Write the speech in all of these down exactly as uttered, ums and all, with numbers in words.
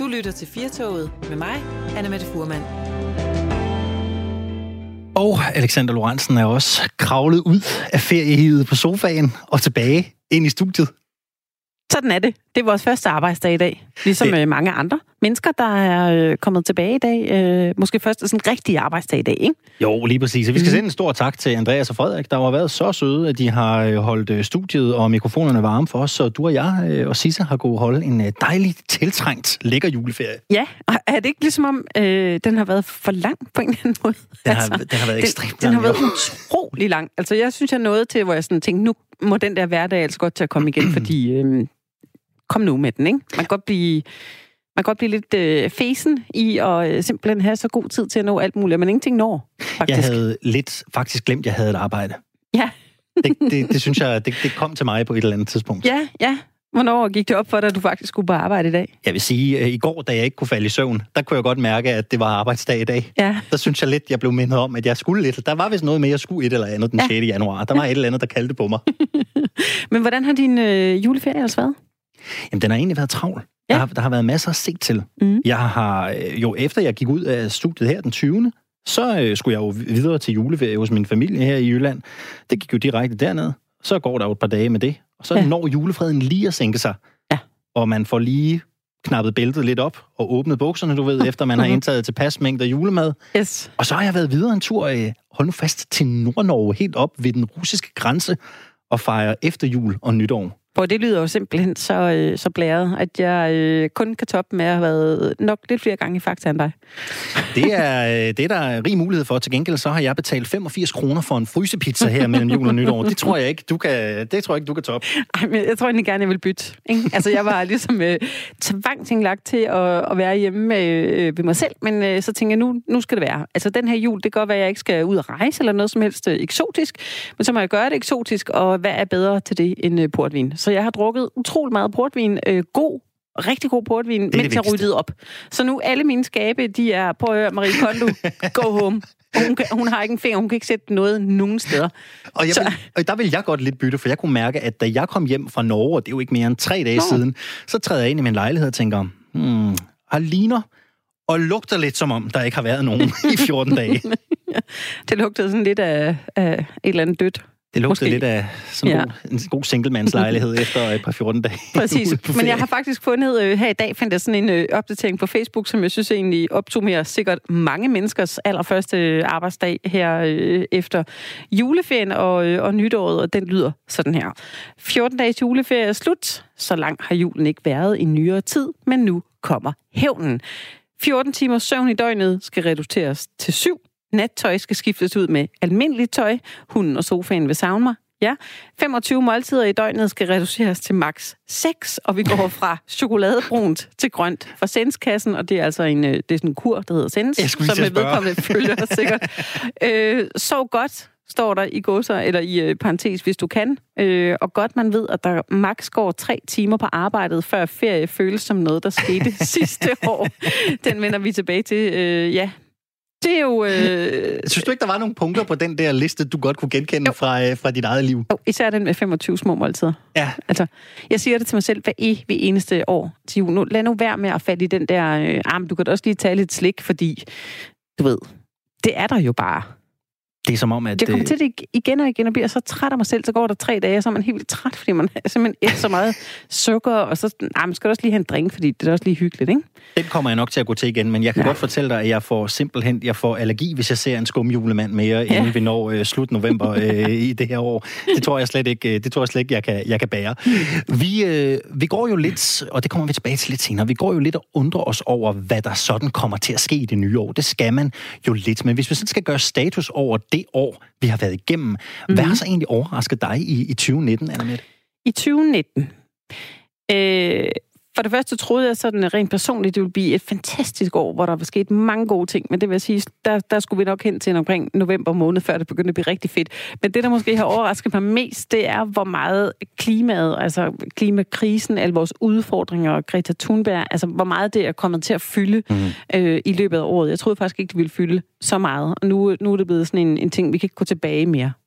lytter til Firtoget med mig, Anne-Mette Fuhrmann. Og Alexander Lorentzen er også kravlet ud af feriehivet på sofaen og tilbage ind i studiet. Sådan er det. Det er vores første arbejdsdag i dag. Ligesom det... mange andre mennesker, der er kommet tilbage i dag. Måske først sådan en rigtig arbejdsdag i dag, ikke? Jo, lige præcis. Vi skal sende en stor tak til Andreas og Frederik, der har været så søde, at de har holdt studiet og mikrofonerne varme for os. Så du og jeg og Sisse har kunnet holde en dejlig, tiltrængt, lækker juleferie. Ja, og er det ikke ligesom om, øh, den har været for lang på en eller anden måde? Den har, altså, den har været ekstremt den, lang. Den har været utrolig lang. Altså, jeg synes, jeg nåede til, hvor jeg sådan tænkte, nu må den der hverdag altså godt til at komme igen, fordi... Øh, kom nu med den, ikke? Man kan godt blive, man kan godt blive lidt øh, fesen i at øh, simpelthen have så god tid til at nå alt muligt, men ingenting når, faktisk. Jeg havde lidt faktisk glemt, at jeg havde et arbejde. Ja. det, det, det synes jeg, det, det kom til mig på et eller andet tidspunkt. Ja, ja. Hvornår gik det op for dig, at du faktisk skulle på arbejde i dag? Jeg vil sige, at i går, da jeg ikke kunne falde i søvn, der kunne jeg godt mærke, at det var arbejdsdag i dag. Ja. Der synes jeg lidt, jeg blev mindet om, at jeg skulle lidt. Der var vist noget med, at jeg skulle et eller andet den ja. sjette januar. Der var et eller andet, der kaldte på mig. Men hvordan har din øh, juleferie altså været? Jamen, den har egentlig været travl. Ja. Der, har, der har været masser at se til. Mm. Jeg har jo, efter jeg gik ud af studiet her den tyvende, så øh, skulle jeg jo videre til juleferie hos min familie her i Jylland. Det gik jo direkte derned. Så går der jo et par dage med det. Og så ja. når julefreden lige at sænke sig. Ja. Og man får lige knappet bæltet lidt op og åbnet bukserne, du ved, efter man har indtaget tilpas mængder julemad. Yes. Og så har jeg været videre en tur, øh, hold nu fast, til Nord-Norge, helt op ved den russiske grænse, og fejre efter jul og nytår. For det lyder jo simpelthen så, øh, så blæret, at jeg øh, kun kan toppe med at have været nok lidt flere gange i Fakta end dig. Det er, det er der rig mulighed for. Til gengæld så har jeg betalt femogfirs kroner for en frysepizza her mellem jul og nytår. Det tror jeg ikke, du kan, det tror jeg ikke, du kan toppe. Ej, men jeg tror egentlig gerne, jeg vil bytte. Ikke? Altså, jeg var ligesom øh, tvangsindlagt til at, at være hjemme øh, ved mig selv, men øh, så tænker jeg, nu, nu skal det være. Altså, den her jul, det kan godt være, at jeg ikke skal ud og rejse eller noget som helst øh, eksotisk, men så må jeg gøre det eksotisk, og hvad er bedre til det end øh, portvin? Så jeg har drukket utrolig meget portvin. Øh, god, rigtig god portvin, mens jeg ryddede op. Så nu alle mine skabe, de er på at høre Marie Kondo, go home. Hun, kan, hun har ikke en finger, hun kan ikke sætte noget nogen steder. Og, jeg vil, og der vil jeg godt lidt bytte, for jeg kunne mærke, at da jeg kom hjem fra Norge, og det er jo ikke mere end tre dage Nå. siden, så træder jeg ind i min lejlighed og tænker, hmm, har ligner og lugter lidt som om, der ikke har været nogen i fjorten dage. Det lugtede sådan lidt af, af et eller andet dødt. Det lugtede lidt af sådan ja. god, en god singlemanslejlighed efter et par fjorten dage. Præcis. Men jeg har faktisk fundet, øh, her i dag fandt jeg sådan en øh, opdatering på Facebook, som jeg synes egentlig opsummerer sikkert mange menneskers allerførste arbejdsdag her øh, efter juleferien og, øh, og nytåret, og den lyder sådan her. fjorten dages juleferie er slut. Så langt har julen ikke været i nyere tid, men nu kommer hævnen. fjorten timers søvn i døgnet skal reduceres til syv. Nattøj skal skiftes ud med almindeligt tøj. Hunden og sofaen vil savne mig. Ja. femogtyve måltider i døgnet skal reduceres til maks seks, og vi går fra chokoladebrunt til grønt fra Senskassen, og det er altså en, det er sådan en kur, der hedder Sens, som med vedkommende følger sikkert. Øh, sov godt, står der i gåser, eller i øh, parentes, hvis du kan. Øh, og godt man ved, at der maks går tre timer på arbejdet, før ferie føles som noget, der skete sidste år. Den vender vi tilbage til, øh, ja. Det er jo... Øh... Synes du ikke, der var nogle punkter på den der liste, du godt kunne genkende fra, øh, fra dit eget liv? Jo, især den med femogtyve små måltider. Ja. Altså, jeg siger det til mig selv hver evig eneste år til jul. Nu, lad nu være med at falde i den der... Øh, ah, men du kan da også lige tage lidt slik, fordi... Du ved, det er der jo bare. Det er som om, at... Jeg kommer til det igen og igen og bliver så træt af mig selv, så går der tre dage, og så er man helt vildt træt, fordi man simpelthen æder så meget sukker, og så ah, man skal også lige have en drink, fordi det er også lige hyggeligt, ikke? Den kommer jeg nok til at gå til igen, men jeg kan ja. godt fortælle dig, at jeg får simpelthen jeg får allergi, hvis jeg ser en skumjulemand mere, ja. inden vi når øh, slut november øh, i det her år. Det tror jeg slet ikke, det tror jeg slet ikke, jeg kan, jeg kan bære. Vi, øh, vi går jo lidt, og det kommer vi tilbage til lidt senere, vi går jo lidt og undrer os over, hvad der sådan kommer til at ske i det nye år. Det skal man jo lidt, men hvis vi sådan skal gøre status over det år, vi har været igennem, mm-hmm. hvad har så egentlig overrasket dig i, i tyve nitten, Anne-Mette? I tyve nitten? Øh... For det første troede jeg sådan rent personligt, det ville blive et fantastisk år, hvor der var sket mange gode ting. Men det vil sige, der, der skulle vi nok hen til omkring november måned, før det begyndte at blive rigtig fedt. Men det, der måske har overrasket mig mest, det er, hvor meget klimaet, altså klimakrisen, alle vores udfordringer og Greta Thunberg, altså hvor meget det er kommet til at fylde mm. øh, i løbet af året. Jeg troede faktisk ikke, det ville fylde så meget. Og nu, nu er det blevet sådan en, en ting, vi kan ikke gå tilbage mere.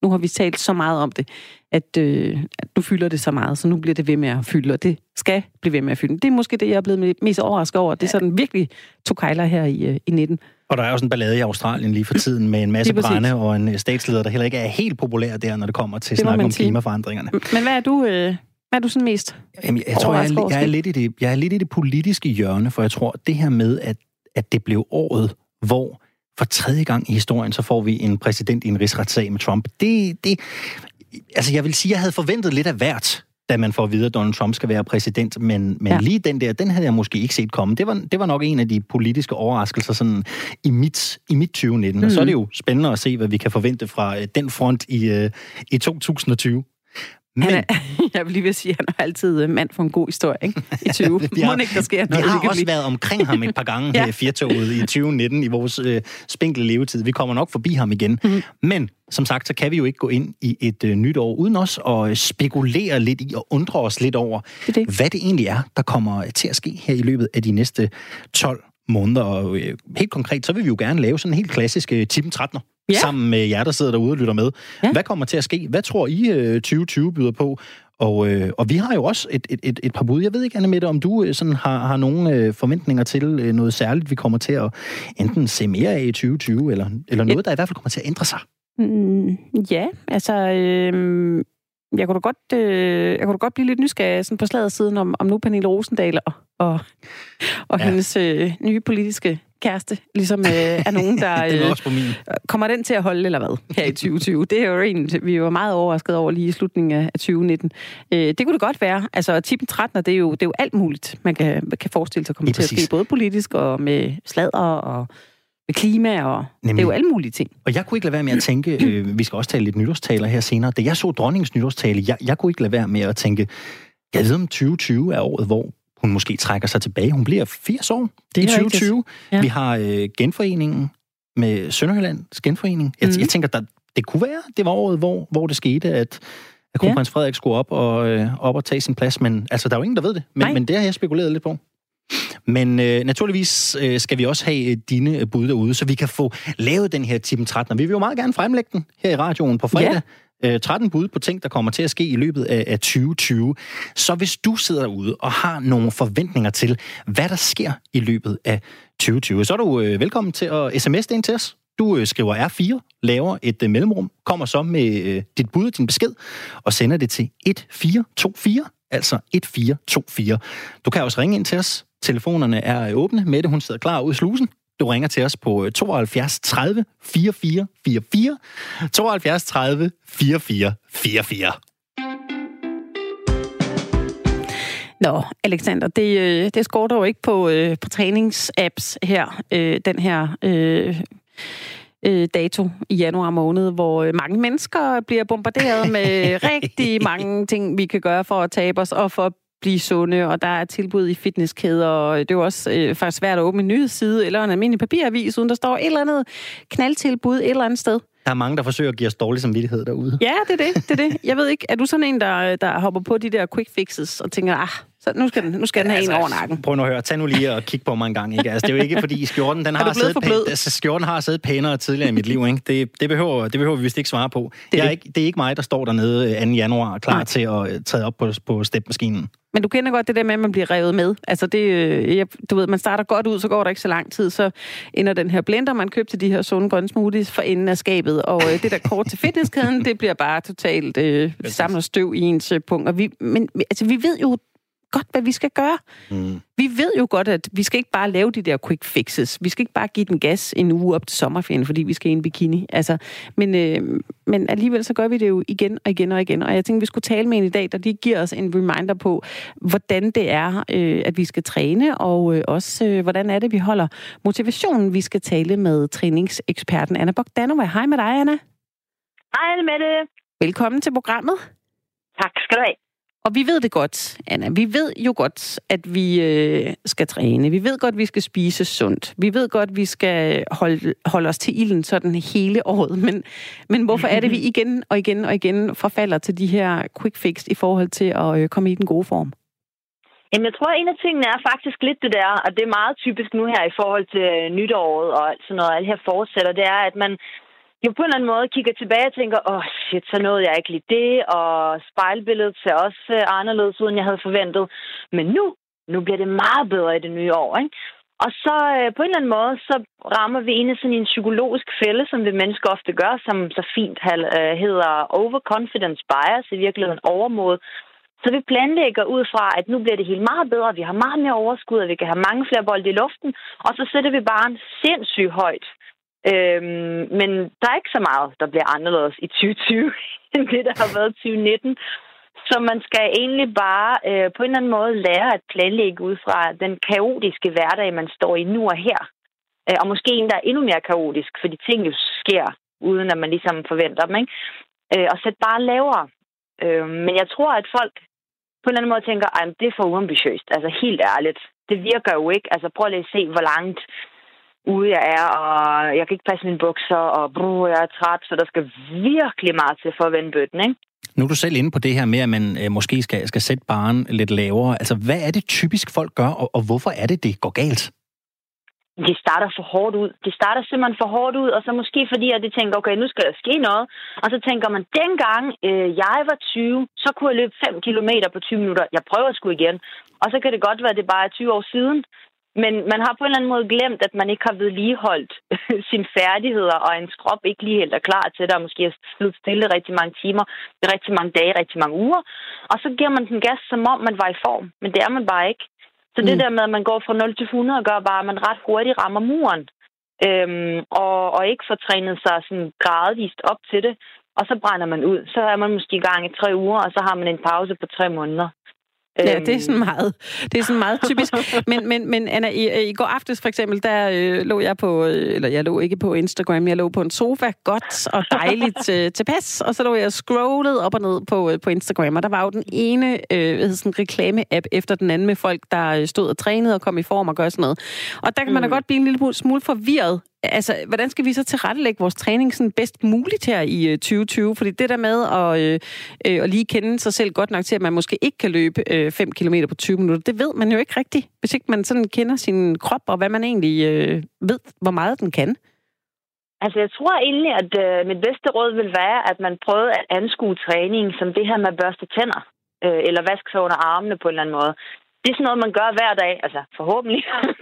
nu har vi talt så meget om det, at, øh, at nu fylder det så meget, så nu bliver det ved med at fylde, og det skal blive ved med at fylde. Det er måske det, jeg er blevet mest overrasket over. Det er sådan virkelig to kejler her i, i nitten. Og der er også en ballade i Australien lige for tiden med en masse brande og en statsleder, der heller ikke er helt populær der, når det kommer til snak om sige. klimaforandringerne. Men hvad er du... Øh Hvad er du sådan mest Jamen, jeg tror, jeg er, jeg, er lidt i det, jeg er lidt i det politiske hjørne, for jeg tror, det her med, at, at det blev året, hvor for tredje gang i historien, så får vi en præsident i en rigsretssag med Trump. Det, det, altså, jeg vil sige, jeg havde forventet lidt af hvert, da man får at vide, at Donald Trump skal være præsident, men, men ja. lige den der, den havde jeg måske ikke set komme. Det var, det var nok en af de politiske overraskelser sådan, i, mit, i mit tyve nitten, mm. og så er det jo spændende at se, hvad vi kan forvente fra uh, den front i, uh, i to tusind og tyve. Men, er, jeg vil lige vil sige, at han er altid mand for en god historie, ikke? I tyve. vi har, ikke, der sker noget, vi har også været omkring ham et par gange ja. her i Firtoget i tyve nitten i vores øh, spinkle levetid. Vi kommer nok forbi ham igen. Mm-hmm. Men som sagt, så kan vi jo ikke gå ind i et øh, nyt år uden også at spekulere lidt i og undre os lidt over, det det. hvad det egentlig er, der kommer til at ske her i løbet af de næste tolv måneder. Og øh, helt konkret, så vil vi jo gerne lave sådan en helt klassisk øh, Tippen trettener. Ja. Sammen med jer, der sidder derude og lytter med. Ja. Hvad kommer til at ske? Hvad tror I øh, tyve tyve byder på? Og, øh, og vi har jo også et, et, et, et par bud. Jeg ved ikke, Anne-Mette, om du øh, sådan har, har nogle øh, forventninger til øh, noget særligt, vi kommer til at enten se mere af i tyve tyve, eller, eller noget, ja. der i hvert fald kommer til at ændre sig. Mm, ja, altså... Øh... Jeg kunne da godt, øh, jeg kunne da godt blive lidt nysgerrig sådan på slaget siden om, om nu Pernille Rosendahl og, og, og ja. hendes øh, nye politiske kæreste ligesom øh, er nogen, der øh, kommer den til at holde, eller hvad, her i tyve tyve. Det er jo en, vi var meget overrasket over lige i slutningen af tyve nitten. Øh, det kunne det godt være. Altså, Tippen trettener, det er jo, det er jo alt muligt, man kan, man kan forestille sig at komme til at ske, både politisk og med sladder og med klima, og Nemlig. det er jo alle mulige ting. Og jeg kunne ikke lade være med at tænke, øh, vi skal også tale lidt nytårstaler her senere, da jeg så dronningens nytårstale, jeg, jeg kunne ikke lade være med at tænke, jeg ved om tyve tyve er året, hvor hun måske trækker sig tilbage. Hun bliver firs år det i tyve tyve. Ja. Vi har øh, genforeningen med Sønderjyllands genforening. Jeg, mm. jeg tænker, der, det kunne være, det var året, hvor, hvor det skete, at, at kronprins ja. Frederik skulle op og, øh, op og tage sin plads. Men altså, der er jo ingen, der ved det. Men, men det har jeg spekuleret lidt på. Men øh, naturligvis øh, skal vi også have øh, dine bud derude, så vi kan få lavet den her Tippen trettener. Vi vil jo meget gerne fremlægge den her i radioen på fredag. Ja. Øh, tretten bud på ting, der kommer til at ske i løbet af, af tyve tyve. Så hvis du sidder derude og har nogle forventninger til, hvad der sker i løbet af tyve tyve, så er du øh, velkommen til at sms'e det ind til os. Du øh, skriver R fire, laver et øh, mellemrum, kommer så med øh, dit bud, din besked, og sender det til et fire to fire, altså et fire to fire. Du kan også ringe ind til os. Telefonerne er åbne. Mette, hun sidder klar ude i slusen. Du ringer til os på tooghalvfjerds tredive fireogfyrre fireogfyrre. tooghalvfjerds tredive fireogfyrre fireogfyrre. Nå, Alexander, det, det skorter jo ikke på, øh, på træningsapps her, øh, den her øh, øh, dato i januar måned, hvor mange mennesker bliver bombarderet med rigtig mange ting, vi kan gøre for at tabe os og for at blive sunde, og der er tilbud i fitnesskæder, og det er jo også øh, faktisk svært at åbne en nyhedsside eller en almindelig papiravis, uden der står et eller andet knaldtilbud et eller andet sted. Der er mange, der forsøger at give os dårlig samvittighed derude. Ja, det er det, det er det. Jeg ved ikke, er du sådan en, der, der hopper på de der quick fixes og tænker, ah, så nu skal den, nu skal den have altså, en over nakken? Prøv nu at høre, tag nu lige og kig på mig en gang. Ikke? Altså, det er jo ikke, fordi skjorten, den har, siddet pæ- altså, skjorten har siddet pænere tidligere i mit liv. Ikke? Det, det, behøver, det behøver vi vist ikke svare på. Det er, jeg er ikke, det er ikke mig, der står dernede anden januar klar Nej. til at træde op på, på stepmaskinen. Men du kender godt det der med, at man bliver revet med. Altså det, jeg, du ved, man starter godt ud, så går der ikke så lang tid, så ender den her blender, man købte de her sunde grønne smoothies for enden af skabet, og øh, det der kort til fitnesskæden, det bliver bare totalt øh, samler støv i ens øh, punkt. Og vi, men altså, vi ved jo godt, hvad vi skal gøre. Mm. Vi ved jo godt, at vi skal ikke bare lave de der quick fixes. Vi skal ikke bare give den gas en uge op til sommerferien, fordi vi skal i en bikini. Altså, men, øh, men alligevel så gør vi det jo igen og igen og igen. Og jeg tænkte, vi skulle tale med en i dag, der lige giver os en reminder på, hvordan det er, øh, at vi skal træne, og øh, også, øh, hvordan er det, vi holder motivationen. Vi skal tale med træningseksperten Anna Bogdanova. Hej med dig, Anna. Hej med det. Velkommen til programmet. Tak skal du have. Og vi ved det godt, Anna. Vi ved jo godt, at vi øh, skal træne. Vi ved godt, at vi skal spise sundt. Vi ved godt, at vi skal holde, holde os til ilden sådan hele året. Men, men hvorfor er det, vi igen og igen og igen forfalder til de her quick fix i forhold til at øh, komme i den gode form? Jamen, jeg tror, at en af tingene er faktisk lidt det der, og det er meget typisk nu her i forhold til nytåret og alt sådan noget, alle her fortsætter, det er, at man jo på en eller anden måde kigger tilbage og tænker, åh oh, shit, så nåede jeg ikke lige det, og spejlbilledet ser også anderledes ud, end jeg havde forventet. Men nu, nu bliver det meget bedre i det nye år, ikke? Og så øh, på en eller anden måde, så rammer vi ind i sådan en psykologisk fælde, som vi mennesker ofte gør, som så fint øh, hedder overconfidence bias, i virkeligheden overmod. Så vi planlægger ud fra, at nu bliver det helt meget bedre, vi har meget mere overskud, og vi kan have mange flere bolde i luften, og så sætter vi bare en sindssygt højt. Øhm, men der er ikke så meget, der bliver anderledes i tyve tyve, end det, der har været tyve nitten. Så man skal egentlig bare øh, på en eller anden måde lære at planlægge ud fra den kaotiske hverdag, man står i nu og her. Øh, og måske en, der er endnu mere kaotisk, fordi ting jo sker, uden at man ligesom forventer dem, ikke? Øh, og sætte bare lavere. Øh, men jeg tror, at folk på en eller anden måde tænker, at det er for uambitiøst. Altså helt ærligt. Det virker jo ikke. Altså prøv lige at se, hvor langt ude jeg er, og jeg kan ikke passe mine bukser, og brug, jeg er træt, så der skal virkelig meget til for at vende bøtten, ikke? Nu er du selv inde på det her med, at man øh, måske skal, skal sætte barren lidt lavere. Altså, hvad er det typisk folk gør, og, og hvorfor er det, det går galt? De starter for hårdt ud. De starter simpelthen for hårdt ud, og så måske fordi, at de tænker, okay, nu skal der ske noget. Og så tænker man, dengang øh, jeg var tyve, så kunne jeg løbe fem kilometer på tyve minutter. Jeg prøver sgu igen. Og så kan det godt være, at det bare er tyve år siden. Men man har på en eller anden måde glemt, at man ikke har vedligeholdt sine færdigheder, og ens krop ikke lige helt er klar til det, og måske er slutt stille rigtig mange timer, rigtig mange dage, rigtig mange uger. Og så giver man den gas, som om man var i form. Men det er man bare ikke. Så mm. det der med, at man går fra nul til hundrede, gør bare, at man ret hurtigt rammer muren. Øhm, og, og ikke får trænet sig sådan gradvist op til det. Og så brænder man ud. Så er man måske i gang i tre uger, og så har man en pause på tre måneder. Ja, det er sådan meget, det er sådan meget typisk. Men, men, men Anna, i, i går aftes for eksempel, der øh, lå jeg på, eller jeg lå ikke på Instagram, jeg lå på en sofa, godt og dejligt øh, tilpas, og så lå jeg scrollet op og ned på, øh, på Instagram, og der var jo den ene øh, sådan reklame-app efter den anden med folk, der stod og trænede og kom i form og gør sådan noget. Og der kan man da mm. godt blive en lille smule forvirret. Altså, hvordan skal vi så tilrettelægge vores træning sådan bedst muligt her i øh, tyve tyve? Fordi det der med at, øh, øh, at lige kende sig selv godt nok til, at man måske ikke kan løbe øh, fem kilometer på tyve minutter, det ved man jo ikke rigtigt, hvis ikke man sådan kender sin krop, og hvad man egentlig øh, ved, hvor meget den kan. Altså, jeg tror egentlig, at øh, mit bedste råd vil være, at man prøvede at anskue træning som det her med at børste tænder, øh, eller vaske sig under armene på en eller anden måde. Det er sådan noget, man gør hver dag, altså forhåbentlig.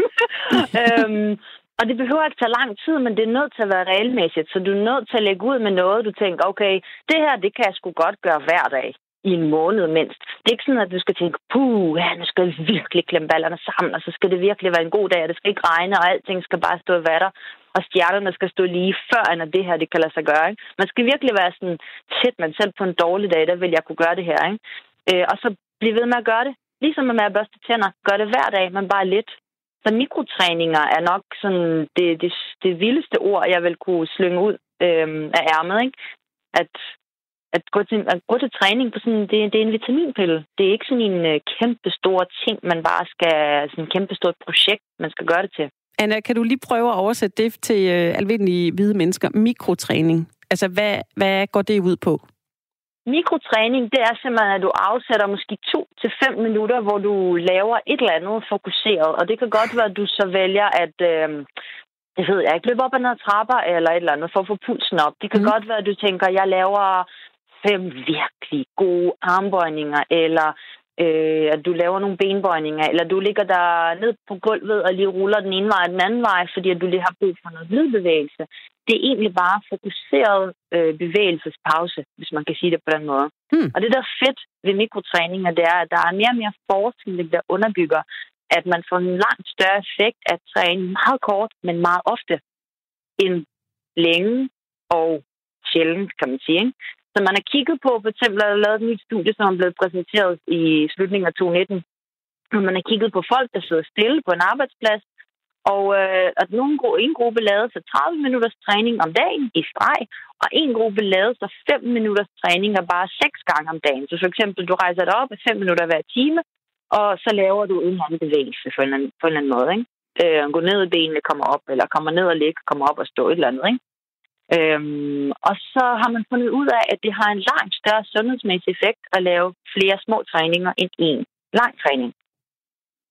øhm, Og det behøver ikke tage lang tid, men det er nødt til at være regelmæssigt. Så du er nødt til at lægge ud med noget, du tænker, okay, det her, det kan jeg sgu godt gøre hver dag i en måned mindst. Det er ikke sådan, at du skal tænke, puh, ja, nu skal jeg virkelig klemme ballerne sammen, og så skal det virkelig være en god dag, og det skal ikke regne, og alting skal bare stå i vatter, og stjernerne skal stå lige før, end at det her, det kan lade sig gøre, ikke? Man skal virkelig være sådan, shit, man selv på en dårlig dag, der vil jeg kunne gøre det her, ikke? Øh, og så blive ved med at gøre det. Ligesom med at børste tænder. Gør det hver dag, men bare lidt. Så mikrotræninger er nok sådan det, det, det vildeste ord, jeg vil kunne slynge ud øhm, af ærmet, ikke? At, at, gå til, at gå til træning på sådan, det, det er en vitaminpille. Det er ikke sådan en uh, kæmpe stor ting, man bare skal, sådan en kæmpe stort projekt, man skal gøre det til. Anna, kan du lige prøve at oversætte det til øh, almindelige hvide mennesker? Mikrotræning. Altså, hvad, hvad går det ud på? Mikrotræning, det er simpelthen, at du afsætter måske to til fem minutter, hvor du laver et eller andet fokuseret. Og det kan godt være, at du så vælger at, øh, det ved jeg ikke, løbe op ad nogle trapper eller et eller andet for at få pulsen op. Det kan mm. godt være, at du tænker, at jeg laver fem virkelig gode armbøjninger, eller øh, at du laver nogle benbøjninger, eller du ligger der ned på gulvet og lige ruller den ene vej og den anden vej, fordi at du lige har brug for noget lydbevægelse. Det er egentlig bare fokuseret øh, bevægelsespause, hvis man kan sige det på den måde. Hmm. Og det, der er fedt ved mikrotræninger, det er, at der er mere og mere forskning, der underbygger, at man får en langt større effekt at træne meget kort, men meget ofte, end længe og sjældent, kan man sige. Ikke? Så man har kigget på, for eksempel, at lavet et nyt studie, som er blevet præsenteret i slutningen af tyve nitten, og man har kigget på folk, der sidder stille på en arbejdsplads, og øh, at nogle, en gruppe lavede sig tredive minutters træning om dagen i streg, og en gruppe lavede sig fem minutters træning og bare seks gange om dagen. Så for eksempel, du rejser dig op i fem minutter hver time, og så laver du en anden bevægelse på en eller anden, på en eller anden måde. Ikke? Øh, gå ned i benene, kommer op, eller kommer ned og ligge, kommer op og stå et eller andet. Ikke? Øhm, og så har man fundet ud af, at det har en langt større sundhedsmæssig effekt at lave flere små træninger end en lang træning.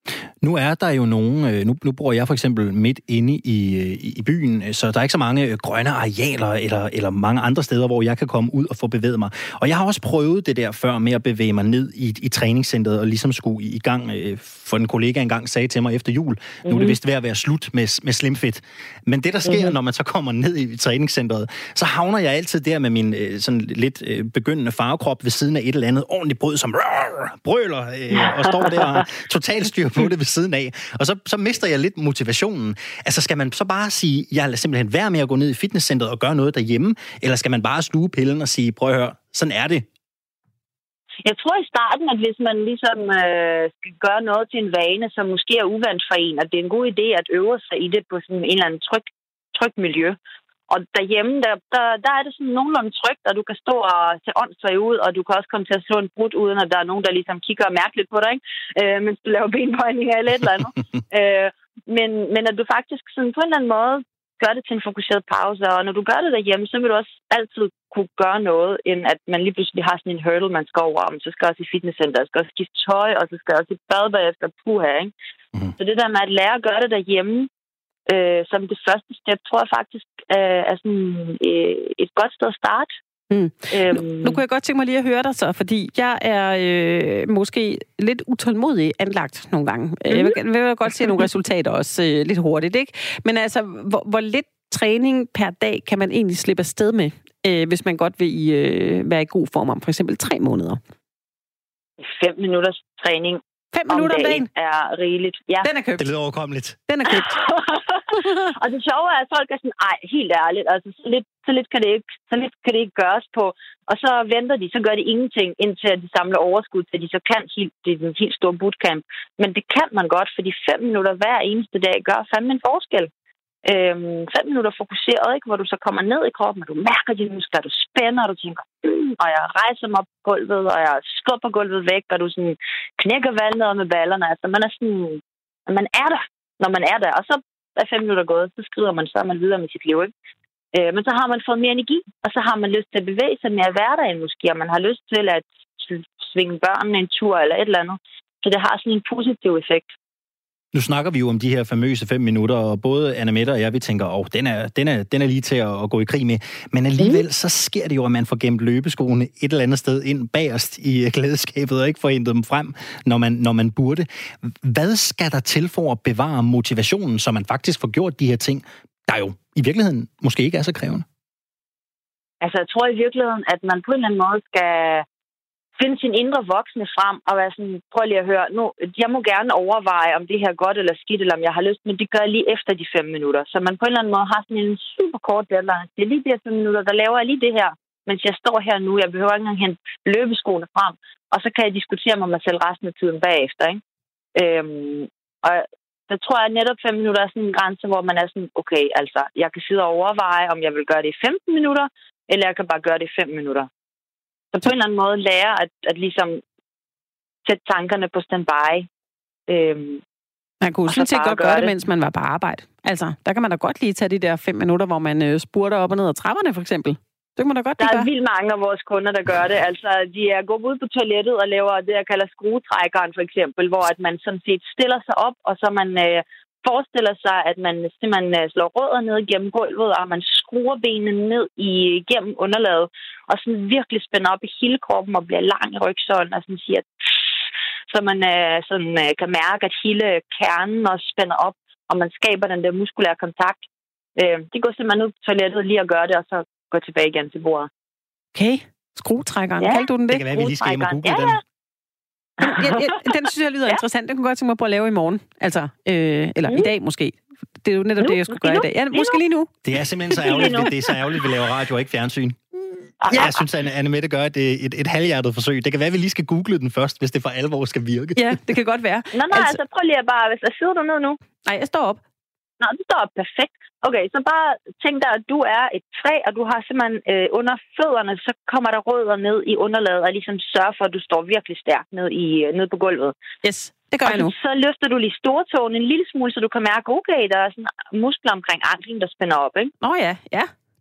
Nu er der jo nogen, nu, nu bor jeg for eksempel midt inde i, i, i byen, så der er ikke så mange grønne arealer eller, eller mange andre steder, hvor jeg kan komme ud og få bevæget mig. Og jeg har også prøvet det der før med at bevæge mig ned i, i træningscenteret og ligesom skulle i gang, for en kollega engang sagde til mig efter jul, mm-hmm. nu er det vist ved at være slut med, med slimfit. Men det, der sker, mm-hmm. når man så kommer ned i træningscenteret, så havner jeg altid der med min sådan lidt begyndende farvekrop ved siden af et eller andet ordentligt brød, som rrr, brøler øh, og står der og har totalt styr på det ved siden af. Og så, så mister jeg lidt motivationen. Altså, skal man så bare sige, jeg lader simpelthen være med at gå ned i fitnesscenteret og gøre noget derhjemme, eller skal man bare sluge pillen og sige, prøv at høre, sådan er det? Jeg tror i starten, at hvis man ligesom øh, skal gøre noget til en vane, som måske er uvandt for en, at det er en god idé at øve sig i det på sådan en eller anden tryg, tryg miljø. Og derhjemme, der, der, der er det sådan nogenlunde trygt, og du kan stå og se åndssvagt ud, og du kan også komme til at slå en brud, uden at der er nogen, der ligesom kigger mærkeligt på dig, ikke? Øh, mens du laver benbøjninger eller et eller andet. øh, men, men at du faktisk sådan på en eller anden måde gør det til en fokuseret pause, og når du gør det derhjemme, så vil du også altid kunne gøre noget, end at man lige pludselig har sådan en hurdle, man skal over om. Så skal også i fitnesscenter, skal også skifte tøj, og så skal også i bad bagefter, puha, ikke? Mm. Så det der med at lære at gøre det derhjemme, Øh, som det første step, tror jeg faktisk øh, er sådan øh, et godt sted at starte. Mm. Øhm. Nu, nu kunne jeg godt tænke mig lige at høre dig så, fordi jeg er øh, måske lidt utålmodig anlagt nogle gange. Mm. Jeg, vil, jeg vil godt se nogle resultater også øh, lidt hurtigt, ikke? Men altså, hvor, hvor lidt træning per dag kan man egentlig slippe afsted med, øh, hvis man godt vil i, øh, være i god form om for eksempel tre måneder? Fem minutters træning Fem minutter om dagen er rigeligt. Ja. Den er købt. Det lyder overkommeligt. Den er købt. Og det sjove er, at folk er sådan, ej, helt ærligt, altså så lidt, så lidt, kan det ikke, så lidt kan det ikke gøres på. Og så venter de, så gør de ingenting, indtil de samler overskud, til de så kan helt, det er en helt stor bootcamp. Men det kan man godt, fordi fem minutter hver eneste dag gør fandme en forskel. Øhm, fem minutter fokuseret, ikke? Hvor du så kommer ned i kroppen, og du mærker dine muskler, du spænder, og du tænker, mm, og jeg rejser mig op på gulvet, og jeg skubber gulvet væk, og du sådan knækker vandet med ballerne. Altså, man er sådan, man er der, når man er der. Og så er fem minutter gået, så skrider man, så er man videre med sit liv, ikke? Øh, men så har man fået mere energi, og så har man lyst til at bevæge sig mere i hverdagen måske, og man har lyst til at svinge børnene en tur eller et eller andet. Så det har sådan en positiv effekt. Nu snakker vi jo om de her famøse fem minutter, og både Annemette og jeg, vi tænker, åh, oh, den, er, den, er, den er lige til at, at gå i krig med. Men alligevel, mm. så sker det jo, at man får gemt løbeskoene et eller andet sted ind bagerst i klædeskabet, og ikke får hentet dem frem, når man, når man burde. Hvad skal der til for at bevare motivationen, så man faktisk får gjort de her ting, der jo i virkeligheden måske ikke er så krævende? Altså, jeg tror i virkeligheden, at man på en eller anden måde skal finde sin indre voksne frem og være sådan, prøv lige at høre, nu, jeg må gerne overveje, om det her er godt eller skidt, eller om jeg har lyst, men det gør jeg lige efter de fem minutter. Så man på en eller anden måde har sådan en super kort deadline. Det er lige de her fem minutter, der laver jeg lige det her, mens jeg står her nu. Jeg behøver ikke engang hente løbeskoene frem, og så kan jeg diskutere med mig selv resten af tiden bagefter, ikke? Øhm, og så tror jeg, at netop fem minutter er sådan en grænse, hvor man er sådan, okay, altså, jeg kan sidde og overveje, om jeg vil gøre det i femten minutter, eller jeg kan bare gøre det i fem minutter. Så på en eller anden måde lære at, at ligesom sætte tankerne på standby. Øhm, man kunne sådan set godt gøre det, mens man var på arbejde. Altså, der kan man da godt lige tage de der fem minutter, hvor man øh, spurter op og ned ad trapperne, for eksempel. Det kan man da godt Der er gøre. vildt mange af vores kunder, der gør det. Altså, de er gået ud på toilettet og laver det, jeg kalder skruetrækkeren, for eksempel, hvor at man sådan set stiller sig op, og så man øh, forestiller sig, at man simpelthen øh, slår rødder ned gennem gulvet, og man skruer benene ned igennem underlaget, og sådan virkelig spænder op i hele kroppen og bliver lang i rygsøjlen, og sådan siger, så man øh, sådan, øh, kan mærke, at hele kernen også spænder op, og man skaber den der muskulære kontakt. Øh, det går simpelthen ud på toilettet lige at gøre det, og så gå tilbage igen til bordet. Okay. Skruetrækkeren. Ja. Kaldte du den det? Det kan være, vi lige skal hjem og google ja, den. Ja. Ja, ja, den synes jeg lyder ja. interessant. Den kunne godt tænke mig på at lave i morgen. Altså, øh, eller mm. i dag måske. Det er jo netop nu, det, jeg skulle gøre nu. i dag. Ja, lige måske lige nu. Det er simpelthen så ærgerligt, det er så ærgerligt, at vi laver radio og ikke fjernsyn. Ja. Jeg synes, at Annemette gør et, et, et halvhjertet forsøg. Det kan være, at vi lige skal google den først, hvis det for alvor skal virke. Ja, det kan godt være. Nej, nej, altså, altså prøv lige at bare... Hvis jeg sidder du ned nu? Nej, jeg står op. Nå, du står op perfekt. Okay, så bare tænk dig, at du er et træ, og du har simpelthen øh, under fødderne, så kommer der rødder ned i underlaget, og ligesom sørger for, at du står virkelig stærkt ned, i, ned på gulvet. Yes, det gør og jeg nu. Så, så løfter du lige stortåen en lille smule, så du kan mærke, okay, der er sådan muskler omkring anklen, der spænder op, ikke? Nå ja, ja.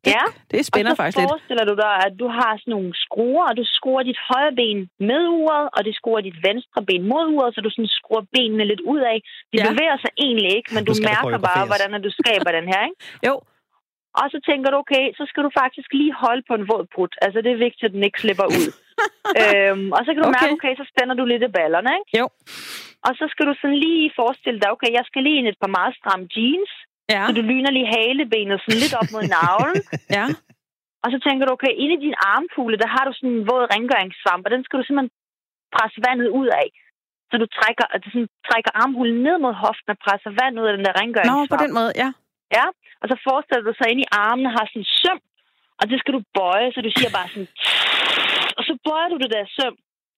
Det, ja. det spænder faktisk lidt. Og så forestiller du dig, at du har sådan nogle skruer, og du skruer dit højre ben med uret, og det skruer dit venstre ben mod uret, så du sådan skruer benene lidt ud af. De ja. bevæger sig egentlig ikke, men du mærker bare, hvordan du skaber den her, ikke? Jo. Og så tænker du, okay, så skal du faktisk lige holde på en våd prut. Altså, det er vigtigt, at den ikke slipper ud. øhm, og så kan du okay. mærke, okay, så spænder du lidt af ballerne, ikke? Jo. Og så skal du sådan lige forestille dig, okay, jeg skal lige ind et par meget stramme jeans, ja. Så du lyner lige halebenet sådan lidt op mod navlen. Ja. Og så tænker du, okay, inde i din armhule, der har du sådan en våd rengøringssvamp, og den skal du simpelthen presse vandet ud af. Så du trækker, altså sådan, trækker armhulen ned mod hoften og presser vand ud af den der rengøringssvamp. Nå, på den måde, ja. Ja, og så forestiller du sig ind i armene har sådan en søm, og det skal du bøje, så du siger bare sådan, og så bøjer du det der søm.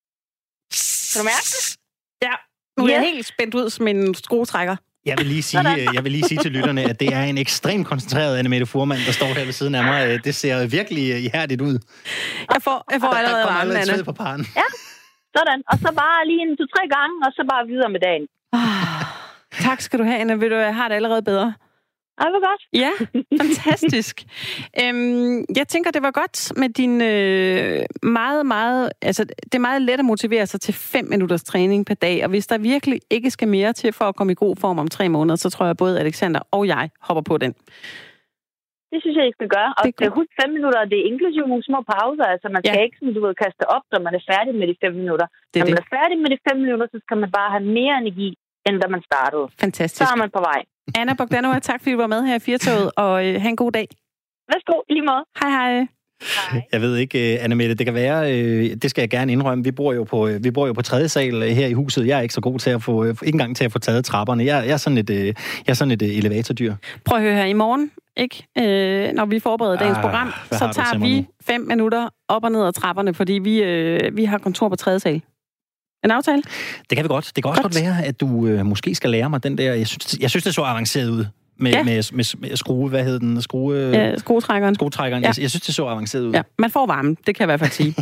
Kan du mærke det? Ja, nu er yes. jeg helt spændt ud som en skruetrækker. Jeg vil, lige sige, jeg vil lige sige til lytterne, at det er en ekstremt koncentreret Anne-Mette Fuhrmann, der står her ved siden af mig. Det ser virkelig ihærdigt ud. Jeg får, jeg får der, allerede varmen, varmen, Anne. Sved på paren. Ja, sådan. Og så bare lige en to-tre gange, og så bare videre med dagen. Ah, tak skal du have, Anne. Ved du, jeg har det allerede bedre. Ja, det var godt. Ja, fantastisk. øhm, jeg tænker, det var godt med din øh, meget, meget... Altså, det er meget let at motivere sig til fem minutters træning per dag, og hvis der virkelig ikke skal mere til for at komme i god form om tre måneder, så tror jeg, både Alexander og jeg hopper på den. Det synes jeg, I skal gøre. Og det husk fem minutter, det er inklusive nogle små pauser. Altså, man skal ja. ikke, som du ved, kaste op, når man er færdig med de fem minutter. Det når man det. er færdig med de fem minutter, så skal man bare have mere energi, end da man startede. Fantastisk. Så er man på vej. Anna Bogdanova, tak fordi du var med her i Firtoget, og øh, have en god dag. Værsgo, lige måde. Hej, hej. Hej. Jeg ved ikke, Anne-Mette, det kan være, det skal jeg gerne indrømme, vi bor jo på, vi bor jo på tredje sal her i huset. Jeg er ikke så god til at få, ikke engang til at få taget trapperne. Jeg, jeg er sådan et, jeg er sådan et elevatordyr. Prøv at høre her i morgen, ikke? Øh, når vi forbereder dagens ah, program, så tager vi nu? fem minutter op og ned ad trapperne, fordi vi, øh, vi har kontor på tredje sal. En aftale? Det kan vi godt. Det kan også godt, godt være, at du øh, måske skal lære mig den der... Jeg synes, jeg synes det så avanceret ud med, ja. med, med, med skrue... Hvad hed den? Skrue... Ja, skruetrækkeren. Skruetrækkeren. Ja. Jeg, jeg synes, det så avanceret ud. Ja, man får varme. Det kan jeg i hvert fald sige.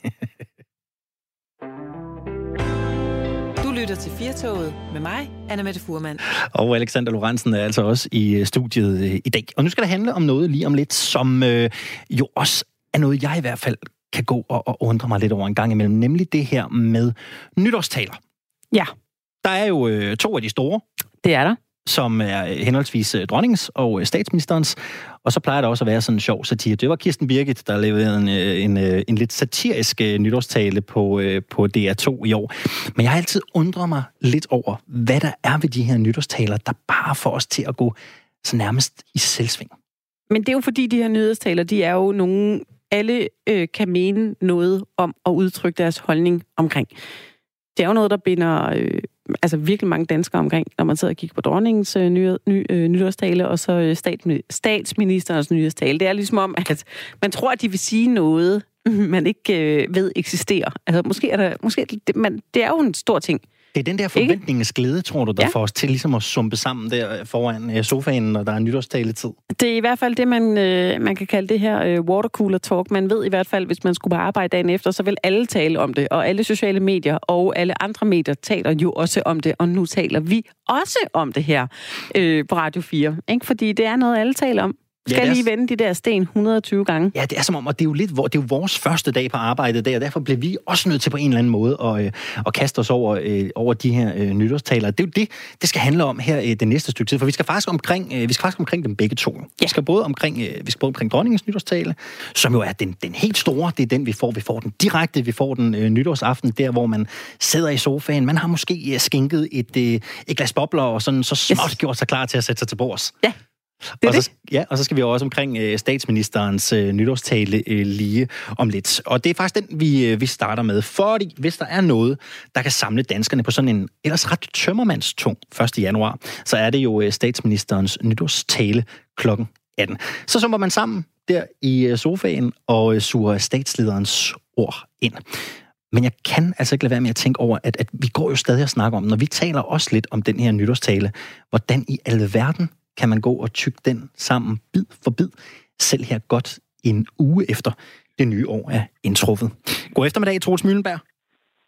Du lytter til Firtoget med mig, Anne-Mette Fuhrmann. Og Alexander Lorentzen er altså også i studiet øh, i dag. Og nu skal det handle om noget lige om lidt, som øh, jo også er noget, jeg i hvert fald kan gå og, og undre mig lidt over en gang imellem, nemlig det her med nytårstaler. Ja. Der er jo øh, to af de store. Det er der. Som er henholdsvis øh, dronningens og øh, statsministerens. Og så plejer der også at være sådan en sjov satire. Det var Kirsten Birgit, der leverede en, en, en, en lidt satirisk øh, nytårstale på, øh, på D R to i år. Men jeg har altid undret mig lidt over, hvad der er ved de her nytårstaler, der bare får os til at gå så nærmest i selvsving. Men det er jo fordi, de her nytårstaler, de er jo nogle... Alle øh, kan mene noget om at udtrykke deres holdning omkring. Det er jo noget, der binder øh, altså virkelig mange danskere omkring, når man sidder og kigger på dronningens øh, ny, ny, øh, nytårstale, og så øh, stat, statsministerens nytårstale. Det er ligesom om, at man tror, at de vil sige noget, man ikke øh, ved eksisterer. Altså, måske er der, måske, det, man, det er jo en stor ting. Det er den der forventningens glæde, tror du, der ja. får os til ligesom at sumpe sammen der foran sofaen, når der er nytårstaletid? Det er i hvert fald det, man, øh, man kan kalde det her øh, watercooler talk. Man ved i hvert fald, hvis man skulle bare arbejde dagen efter, så vil alle tale om det. Og alle sociale medier og alle andre medier taler jo også om det. Og nu taler vi også om det her øh, på Radio fire. Ikke? Fordi det er noget, alle taler om. Skal ja, er... lige vende de der sten et hundrede og tyve gange? Ja, det er som om, og det er jo lidt, det er jo vores første dag på arbejdet der, og derfor bliver vi også nødt til på en eller anden måde at, øh, at kaste os over, øh, over de her øh, nytårstaler. Det er jo det, det skal handle om her øh, det næste stykke tid, for vi skal faktisk omkring, øh, vi skal faktisk omkring dem begge to. Ja. Vi skal både omkring, øh, vi skal både omkring dronningens nytårstale, som jo er den, den helt store, det er den, vi får. Vi får den direkte, vi får den øh, nytårsaften, der hvor man sidder i sofaen. Man har måske øh, skænket et, øh, et glas bobler, og sådan så småt yes. gjort sig klar til at sætte sig til bords. Ja. Og så, ja, og så skal vi også omkring øh, statsministerens øh, nytårstale øh, lige om lidt. Og det er faktisk den, vi, øh, vi starter med. Fordi hvis der er noget, der kan samle danskerne på sådan en ellers ret tømmermandstung første januar, så er det jo øh, statsministerens nytårstale klokken atten. Så summer man sammen der i øh, sofaen og øh, suger statslederens ord ind. Men jeg kan altså ikke lade være med at tænke over, at, at vi går jo stadig og snakker om, når vi taler også lidt om den her nytårstale, hvordan i alverden kan man gå og tygge den sammen bid for bid, selv her godt en uge efter det nye år er indtruffet. God eftermiddag, Troels Møllenberg.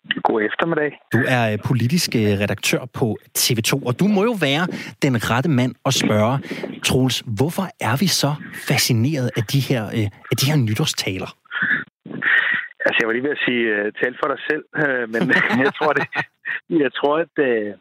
God eftermiddag. Du er politisk redaktør på T V to, og du må jo være den rette mand at spørge. Troels, hvorfor er vi så fascineret af de her, af de her nytårstaler? Altså, jeg var lige ved at sige, tal for dig selv, men jeg tror, det, jeg tror at,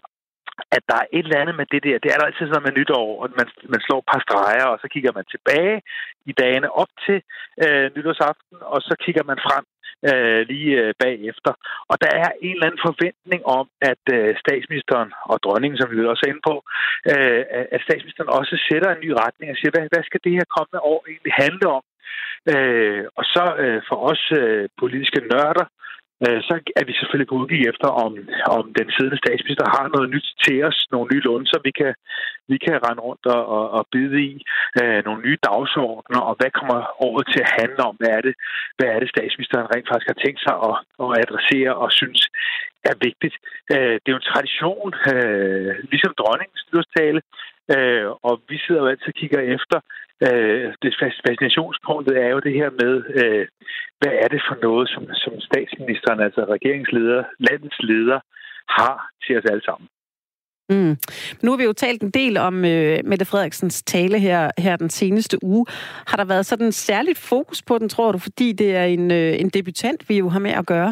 at der er et eller andet med det der. Det er der altid sådan med nytår, at man, man slår et par streger, og så kigger man tilbage i dagene op til øh, nytårsaften, og så kigger man frem øh, lige øh, bagefter. Og der er en eller anden forventning om, at øh, statsministeren og dronningen, som vi også er inde på, øh, at statsministeren også sætter en ny retning og siger, hvad, hvad skal det her kommende år egentlig handle om? Øh, og så øh, for os øh, politiske nørder, øh, så er vi selvfølgelig på udkig efter, om, om den siddende statsminister har noget nyt til os, nogle nye lunser, vi kan, vi kan rende rundt og, og, og bide i, øh, nogle nye dagsordner, og hvad kommer året til at handle om? Hvad er det, hvad er det statsministeren rent faktisk har tænkt sig at, at adressere og synes er vigtigt? Øh, det er jo en tradition, øh, ligesom dronningens nytårstale, øh, og vi sidder jo altid og kigger efter. Øh, det fascinationspunktet er jo det her med, øh, hvad er det for noget, som, som statsministeren, altså regeringsleder, landets leder, har til os alle sammen. Mm. Nu har vi jo talt en del om øh, Mette Frederiksens tale her, her den seneste uge. Har der været sådan særligt fokus på den, tror du, fordi det er en, øh, en debutant, vi jo har med at gøre?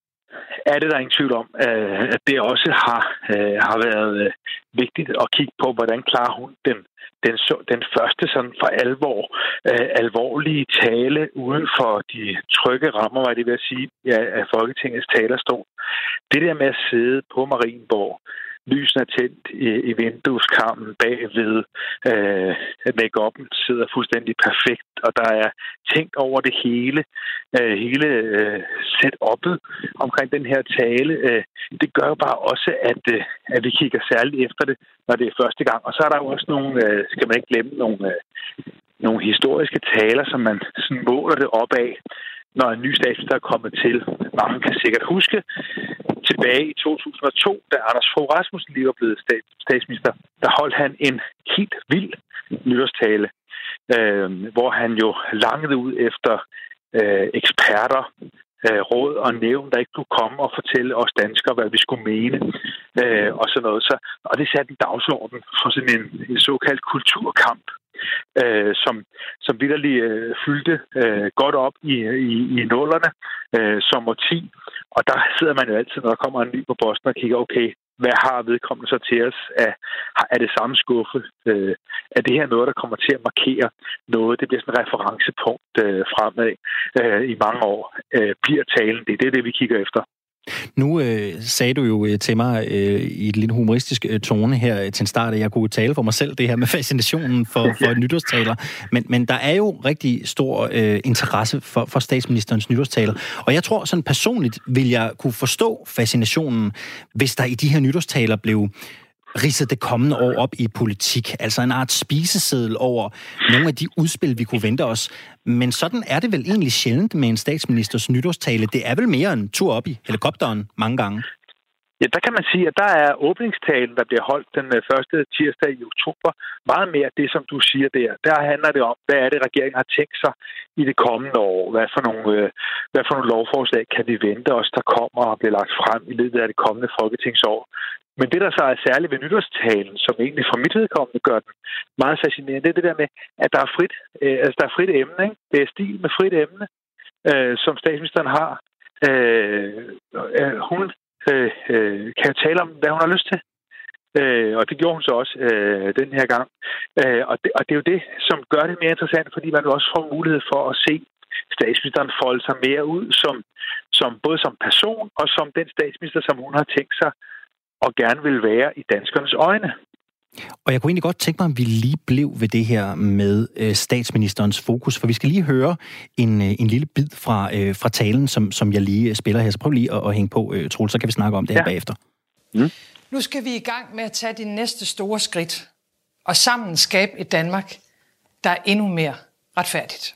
Er det der ingen tvivl om, øh, at det også har, øh, har været øh, vigtigt at kigge på, hvordan klarer hun den Den, så, den første sådan for alvor, øh, alvorlige tale uden for de trygge rammer, var det ved at sige, ja, af Folketingets talerstol. Det der med at sidde på Marienborg, lysene er tændt i, i vindueskarmen bagved, øh, make-up'en sidder fuldstændig perfekt, og der er tænkt over det hele, øh, hele øh, set-up'et omkring den her tale. Øh, det gør jo bare også, at, øh, at vi kigger særligt efter det, når det er første gang. Og så er der jo også nogle, øh, skal man ikke glemme, nogle, øh, nogle historiske taler, som man sådan måler det op af, når en ny statsminister er kommet til. Mange kan sikkert huske tilbage i to tusind og to, da Anders Fogh Rasmussen lige var blevet statsminister, der holdt han en helt vild nytårstale, øh, hvor han jo langede ud efter øh, eksperter, øh, råd og nævn, der ikke kunne komme og fortælle os danskere, hvad vi skulle mene, øh, og sådan noget. Så, og det satte en dagsorden for sådan en, en såkaldt kulturkamp, øh, som, som vitterlig øh, fyldte øh, godt op i, i, i nullerne øh, som årti. Og der sidder man jo altid, når der kommer en ny på posten og kigger, okay, hvad har vedkommende så til os? Er, er det samme skuffe? Øh, er det her noget, der kommer til at markere noget? Det bliver sådan et referencepunkt øh, fremad øh, i mange år. Øh, bliver talen, det er det, det, vi kigger efter. Nu øh, sagde du jo til mig øh, i et lidt humoristisk øh, tone her til en start, at jeg kunne tale for mig selv det her med fascinationen for, for nytårstaler. Men, men der er jo rigtig stor øh, interesse for, for statsministerens nytårstaler. Og jeg tror sådan personligt, vil jeg kunne forstå fascinationen, hvis der i de her nytårstaler blev ridset det kommende år op i politik. Altså en art spiseseddel over nogle af de udspil, vi kunne vente os. Men sådan er det vel egentlig sjældent med en statsministers nytårstale. Det er vel mere en tur op i helikopteren mange gange. Ja, der kan man sige, at der er åbningstalen, der bliver holdt den første tirsdag i oktober, meget mere det, som du siger der. Der handler det om, hvad er det, regeringen har tænkt sig i det kommende år? Hvad for nogle, hvad for nogle lovforslag kan vi vente os, der kommer og bliver lagt frem i løbet af det kommende folketingsår? Men det, der så er særligt ved nytårstalen, som egentlig fra mit vedkommende gør den meget fascinerende, det er det der med, at der er frit, øh, altså der er frit emne. Ikke? Det er stil med frit emne, øh, som statsministeren har. Øh, øh, hun øh, øh, kan jo tale om, hvad hun har lyst til. Øh, og det gjorde hun så også øh, den her gang. Øh, og, det, og det er jo det, som gør det mere interessant, fordi man jo også får mulighed for at se statsministeren folde sig mere ud, som, som både som person og som den statsminister, som hun har tænkt sig og gerne vil være i danskernes øjne. Og jeg kunne egentlig godt tænke mig, at vi lige blev ved det her med øh, statsministerens fokus, for vi skal lige høre en, øh, en lille bid fra, øh, fra talen, som, som jeg lige spiller her. Så prøv lige at, at hænge på, øh, Troels, så kan vi snakke om det her ja. bagefter. Mm. Nu skal vi i gang med at tage de næste store skridt, og sammen skabe et Danmark, der er endnu mere retfærdigt.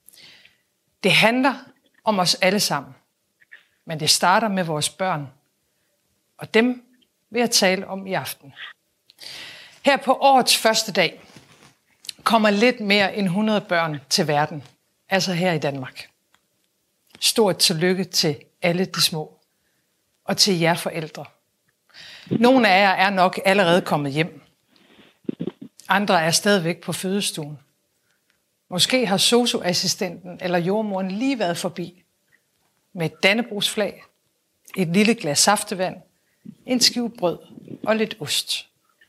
Det handler om os alle sammen, men det starter med vores børn, og dem vil jeg tale om i aften. Her på årets første dag kommer lidt mere end hundrede børn til verden, altså her i Danmark. Stort tillykke til alle de små. og til jer forældre. Nogle af jer er nok allerede kommet hjem. Andre er stadigvæk på fødestuen. Måske har sosu-assistenten eller jordmoren lige været forbi med et dannebrogsflag, et lille glas saftevand, en skive brød og lidt ost.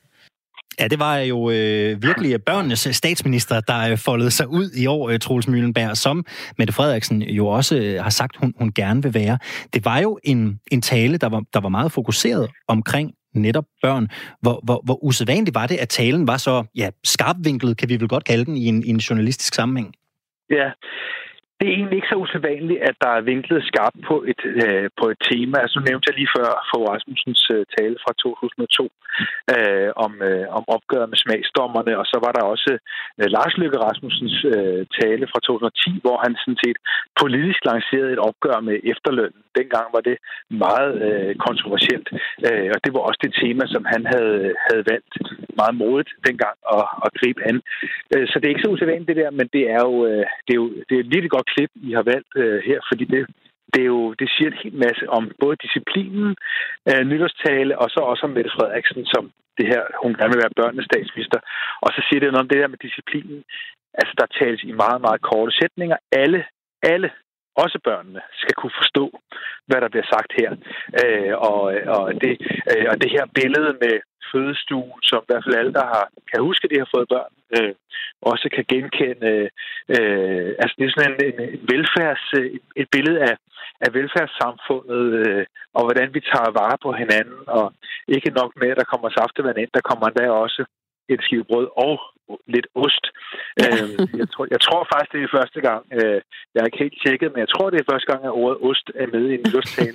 Ja, det var jo øh, virkelig børnenes statsminister, der øh, foldede sig ud i år, øh, Troels Mühlenberg, som Mette Frederiksen jo også øh, har sagt, hun, hun gerne vil være. Det var jo en, en tale, der var, der var meget fokuseret omkring netop børn. Hvor, hvor, hvor usædvanligt var det, at talen var så ja, skarpvinklet, kan vi vel godt kalde den, i en, i en journalistisk sammenhæng? Ja, det er egentlig ikke så usædvanligt, at der er vinklet skarpt på et, øh, på et tema. Altså, nu nævnte jeg lige før Fogh Rasmussens øh, tale fra to tusind og to øh, om, øh, om opgøret med smagsdommerne, og så var der også øh, Lars Løkke Rasmussens øh, tale fra to tusind og ti, hvor han sådan set politisk lancerede et opgør med efterlønnen. Dengang var det meget øh, kontroversielt, øh, og det var også det tema, som han havde, havde valgt meget modigt dengang at, at gribe an. Øh, så det er ikke så usædvanligt det der, men det er jo, øh, det er jo det er lidt godt klip, I har valgt øh, her, fordi det, det, er jo, det siger en hel masse om både disciplinen, øh, nytårstale, og så også om Mette Frederiksen, som det her, hun gerne vil være børnenes statsminister. Og så siger det noget om det der med disciplinen. Altså, der tales i meget, meget korte sætninger. Alle, alle, også børnene, skal kunne forstå, hvad der bliver sagt her. Øh, og, og, det, øh, og det her billede med fødestuen, som i hvert fald alle, der har, kan huske, at de har fået børn, øh, også kan genkende. Øh, altså det er sådan en, en velfærds, et billede af, af velfærdssamfundet, øh, og hvordan vi tager vare på hinanden, og ikke nok med, at der kommer saftevand ind, der kommer endda også et skive brød og lidt ost. Øh, jeg, tror, jeg tror faktisk, det er første gang, øh, jeg er ikke helt tjekket, men jeg tror, det er første gang, at ordet ost er med i en lysttale.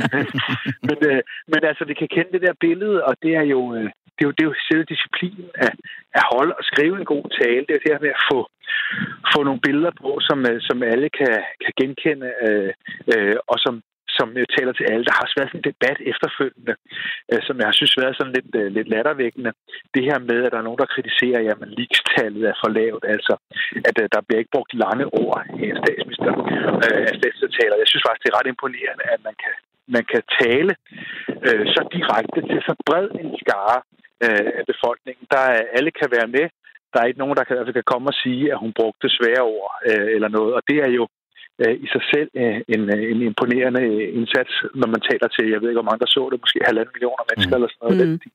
men, øh, men altså, vi kan kende det der billede, og det er jo, øh, det er jo, det er jo selv disciplinen at, at holde og skrive en god tale. Det er det her med at få, få nogle billeder på, som, som alle kan, kan genkende, øh, øh, og som som taler til alle. Der har også været sådan en debat efterfølgende, øh, som jeg har synes været sådan lidt, øh, lidt lattervækkende. Det her med, at der er nogen, der kritiserer, at jamen, ligestallet er for lavt, altså at øh, der bliver ikke brugt lange ord i en statsminister, øh, af statsministertaler. Jeg synes faktisk, det er ret imponerende, at man kan, man kan tale øh, så direkte til så bred en skare øh, af befolkningen, der alle kan være med. Der er ikke nogen, der kan, altså, kan komme og sige, at hun brugte svære ord øh, eller noget, og det er jo i sig selv en, en imponerende indsats, når man taler til, jeg ved ikke, hvor mange der så det, måske halvanden millioner mennesker, mm. eller sådan noget. Mm.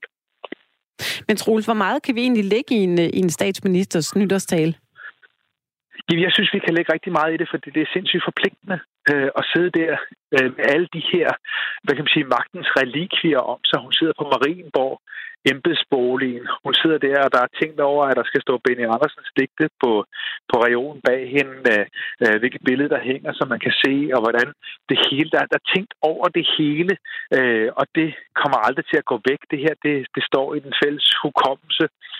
Men Troels, hvor meget kan vi egentlig lægge i en, i en statsministers nytårstale? Jeg synes, vi kan lægge rigtig meget i det, for det er sindssygt forpligtende øh, at sidde der øh, med alle de her, hvad kan man sige, magtens relikvier om, så hun sidder på Marienborg, embedsboligen. Hun sidder der, og der er tænkt over, at der skal stå Benny Andersens digte på, på regionen bag hende, øh, hvilket billede der hænger, så man kan se, og hvordan det hele, der, der er tænkt over det hele, øh, og det kommer aldrig til at gå væk. Det her, det, det står i den fælles hukommelse.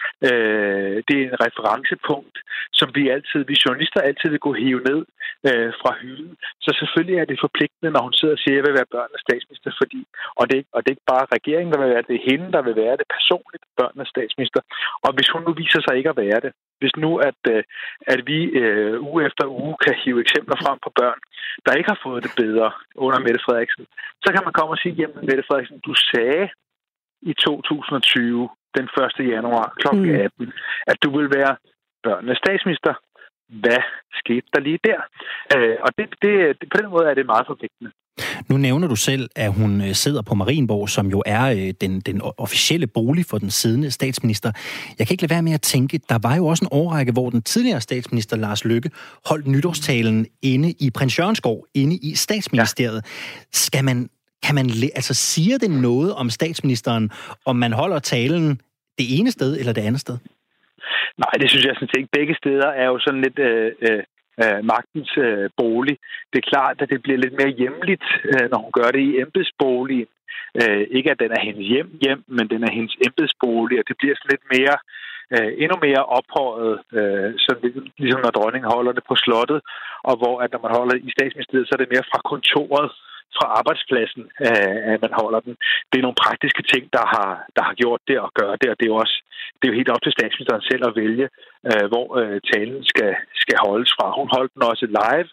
Øh, det er en referencepunkt, som vi altid, vi journalister altid vil gå hive ned øh, fra hylden. Så selvfølgelig er det forpligtende, når hun sidder og siger, at jeg vil være børnenes statsminister, fordi, og det, og det er ikke bare regeringen, der vil være det, det er hende, der vil være det personligt, børnenes statsminister. Og hvis hun nu viser sig ikke at være det, hvis nu, at, at vi øh, uge efter uge kan hive eksempler frem på børn, der ikke har fået det bedre under Mette Frederiksen, så kan man komme og sige, jamen Mette Frederiksen, du sagde i to tusind og tyve, den første januar klokken atten, at du vil være børnenes statsminister. Hvad skete der lige der? Øh, og det, det, det, på den måde er det meget forpligtende. Nu nævner du selv, at hun sidder på Marienborg, som jo er den, den officielle bolig for den siddende statsminister. Jeg kan ikke lade være med at tænke, der var jo også en årrække, hvor den tidligere statsminister Lars Løkke holdt nytårstalen inde i Prins Jørgens Gård, inde i statsministeriet. Ja. Skal man, kan man, altså siger det noget om statsministeren, om man holder talen det ene sted eller det andet sted? Nej, det synes jeg sådan set ikke. Begge steder er jo sådan lidt øh, øh, magtens øh, bolig. Det er klart, at det bliver lidt mere hjemligt, øh, når hun gør det i embedsboligen. Øh, ikke at den er hendes hjem, hjem, men den er hendes embedsbolig, og det bliver sådan lidt mere, øh, endnu mere ophøjet, øh, så det, ligesom når dronningen holder det på slottet, og hvor at når man holder i statsministeriet, så er det mere fra kontoret, fra arbejdspladsen, at man holder den. Det er nogle praktiske ting, der har, der har gjort det og gøre det, og det er jo også det er jo helt op til statsministeren selv at vælge, hvor talen skal, skal holdes fra. Hun holdt den også live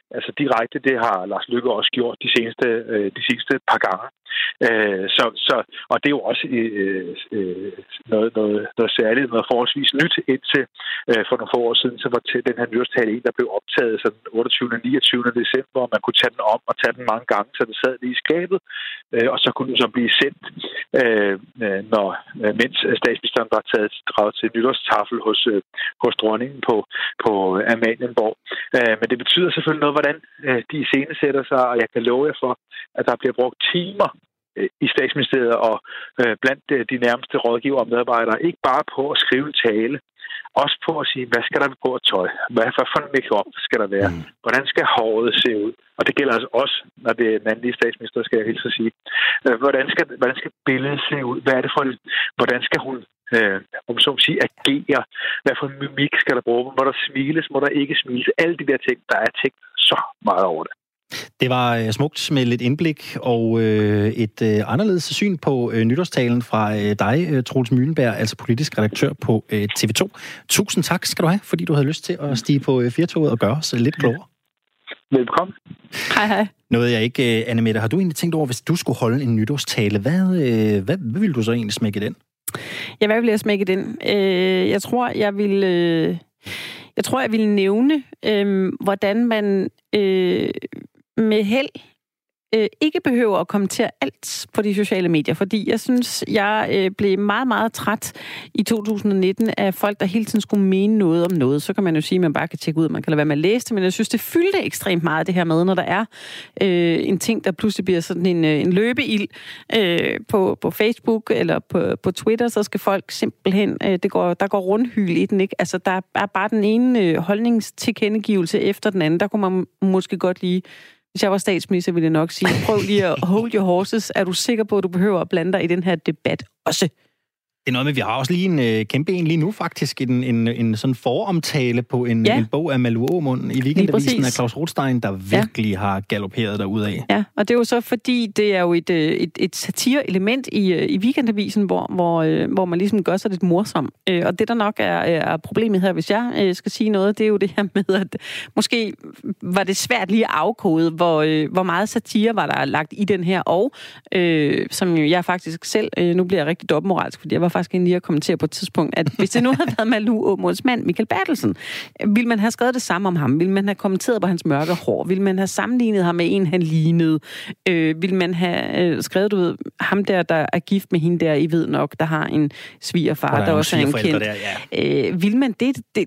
altså direkte. Det har Lars Løkke også gjort de seneste, øh, de seneste par gange. Øh, så, så, og det er jo også øh, øh, noget, noget, noget særligt, noget forholdsvis nyt indtil øh, for nogle få år siden, så var til den her nytårstale en, der blev optaget sådan otteogtyvende og niogtyvende december, og man kunne tage den om og tage den mange gange, så det sad lige i skabet, øh, og så kunne den så blive sendt, øh, når, mens statsministeren var taget draget til nytårstafel hos, øh, hos dronningen på, på Amalienborg. Øh, men det betyder selvfølgelig noget, hvordan øh, de iscenesætter sig, og jeg kan love jer for, at der bliver brugt timer i Statsministeriet og øh, blandt de nærmeste rådgiver og medarbejdere, ikke bare på at skrive en tale, også på at sige, hvad skal der på at tøj? Hvad for en make-up skal der være? Hvordan skal håret se ud? Og det gælder altså også, når det er mandlige statsminister, skal jeg helt så sige. Hvordan skal, hvordan skal billedet se ud? Hvad er det for en, hvordan skal hun øh, om så må sige, agere? Hvad for en mimik skal der bruge? Må der smiles? Må der ikke smiles? Alle de der ting, der er tænkt så meget over det. Det var smukt med lidt indblik og øh, et øh, anderledes syn på øh, nytårstalen fra øh, dig, Troels Mühlenberg, altså politisk redaktør på øh, T V to. Tusind tak skal du have, fordi du havde lyst til at stige på øh, firtoget og gøre os lidt klogere. Velkommen. Hej, hej. Noget jeg ikke, øh, Anne-Mette, har du egentlig tænkt over, hvis du skulle holde en nytårstale, hvad, øh, hvad, hvad ville du så egentlig smække den? Ja, hvad vil jeg smække den? Øh, jeg tror, jeg vil... Øh, jeg tror, jeg vil nævne, øh, hvordan man... Øh, med held øh, ikke behøver at kommentere alt på de sociale medier, fordi jeg synes, jeg øh, blev meget, meget træt i to tusind nitten af folk, der hele tiden skulle mene noget om noget. Så kan man jo sige, at man bare kan tjekke ud, man kan lade være med at læse det, men jeg synes, det fyldte ekstremt meget det her med, når der er øh, en ting, der pludselig bliver sådan en, en løbeild øh, på, på Facebook eller på, på Twitter, så skal folk simpelthen, øh, det går, der går rundhyl i den, ikke? Altså, der er bare den ene øh, holdningstilkendegivelse efter den anden. Der kunne man måske godt lige... Hvis jeg var statsminister, ville jeg nok sige, prøv lige at hold your horses. Er du sikker på, at du behøver at blande dig i den her debat også? Det er noget med, vi har også lige en øh, kæmpe en lige nu faktisk, en, en, en sådan foromtale på en, ja. en bog af Malou Aamund i Weekendavisen af Claus Rothstein, der virkelig ja. har galopperet derudad. Ja, og det er jo så fordi, det er jo et, et, et satire-element i, i Weekendavisen, hvor, hvor, hvor man ligesom gør sig lidt morsom. Og det der nok er, er problemet her, hvis jeg skal sige noget, det er jo det her med, at måske var det svært lige at afkode, hvor, hvor meget satire var der lagt i den her, og øh, som jeg faktisk selv, øh, nu bliver jeg rigtig dobbeltmoralsk, fordi jeg var faktisk lige at kommentere på et tidspunkt, at hvis det nu havde været Malou Aamunds mand, Michael Bertelsen, ville man have skrevet det samme om ham? Ville man have kommenteret på hans mørke hår? Ville man have sammenlignet ham med en, han lignede? Øh, ville man have øh, skrevet, du ved, ham der, der er gift med hende der, I ved nok, der har en svigerfar, der, der også er en kendt. Der, ja. øh, ville man det? Det,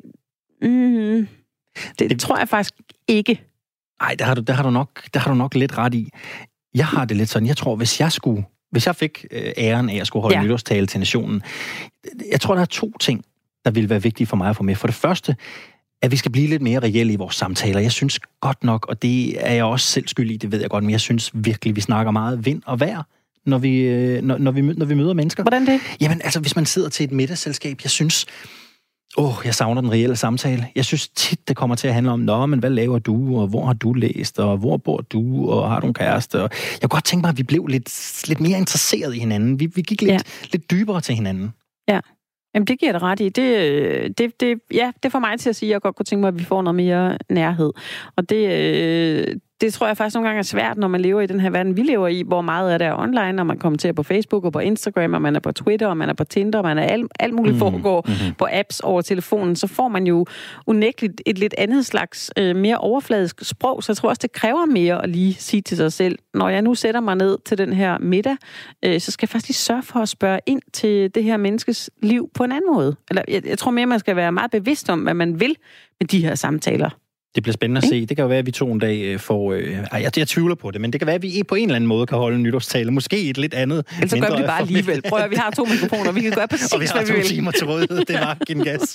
mm, det, det tror jeg faktisk ikke. Nej, der har du, der har du nok, der har du nok lidt ret i. Jeg har det lidt sådan, jeg tror, hvis jeg skulle Hvis jeg fik øh, æren af at skulle holde ja. nytårstale til nationen, jeg tror, der er to ting, der vil være vigtige for mig at få med. For det første, at vi skal blive lidt mere reelle i vores samtaler. Jeg synes godt nok, og det er jeg også selv skyld i, det ved jeg godt, men jeg synes virkelig, vi snakker meget vind og vejr, når vi, øh, når, når vi, når vi møder mennesker. Hvordan det? Jamen, altså, hvis man sidder til et middagsselskab, jeg synes... Åh, oh, jeg savner den reelle samtale. Jeg synes tit, det kommer til at handle om, nå, men hvad laver du, og hvor har du læst, og hvor bor du, og har du en kæreste? Og jeg kunne godt tænke mig, at vi blev lidt, lidt mere interesseret i hinanden. Vi, vi gik lidt, ja. lidt dybere til hinanden. Ja, jamen det giver det ret i. Det, det, det, ja, det får mig til at sige, at jeg godt kunne tænke mig, at vi får noget mere nærhed. Og det... Det tror jeg faktisk nogle gange er svært, når man lever i den her verden, vi lever i, hvor meget er der online, når man kommenterer på Facebook og på Instagram, og man er på Twitter, og man er på Tinder, og man er alt, alt muligt mm, foregår mm-hmm. på apps over telefonen, så får man jo unægteligt et lidt andet slags, øh, mere overfladisk sprog, så jeg tror også, det kræver mere at lige sige til sig selv, når jeg nu sætter mig ned til den her middag, øh, så skal jeg faktisk lige sørge for at spørge ind til det her menneskes liv på en anden måde. Eller jeg, jeg tror mere, man skal være meget bevidst om, hvad man vil med de her samtaler. Det bliver spændende at se. Det kan jo være, at vi to en dag får... Øh, ej, jeg, jeg tvivler på det, men det kan være, at vi på en eller anden måde kan holde en nytårstale. Måske et lidt andet... Ellers så gør vi det bare alligevel. Prøv at vi har to mikrofoner, vi kan gøre præcis, hvad vi vil. Og vi har to vi timer til rådighed. Det var en gas.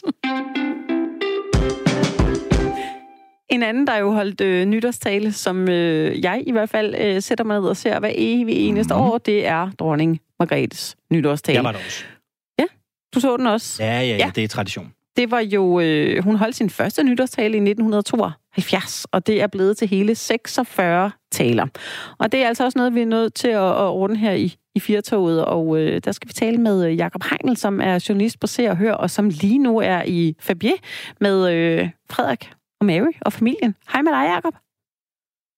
En anden, der jo holdt øh, nytårstale, som øh, jeg i hvert fald øh, sætter mig ned og ser hver evig eneste mm-hmm. år, det er dronning Margrethes nytårstale. Jeg var der også. Ja, du så den også? Ja, ja, ja, ja. Det er tradition. Det var jo, øh, hun holdt sin første nytårstale i nitten tooghalvfjerds, og det er blevet til hele seksogfyrre taler. Og det er altså også noget, vi er nødt til at, at ordne her i, i Firtoget, og øh, der skal vi tale med Jakob Heinl, som er journalist på Se og Hør, og som lige nu er i Fabier med øh, Frederik og Mary og familien. Hej med dig, Jakob.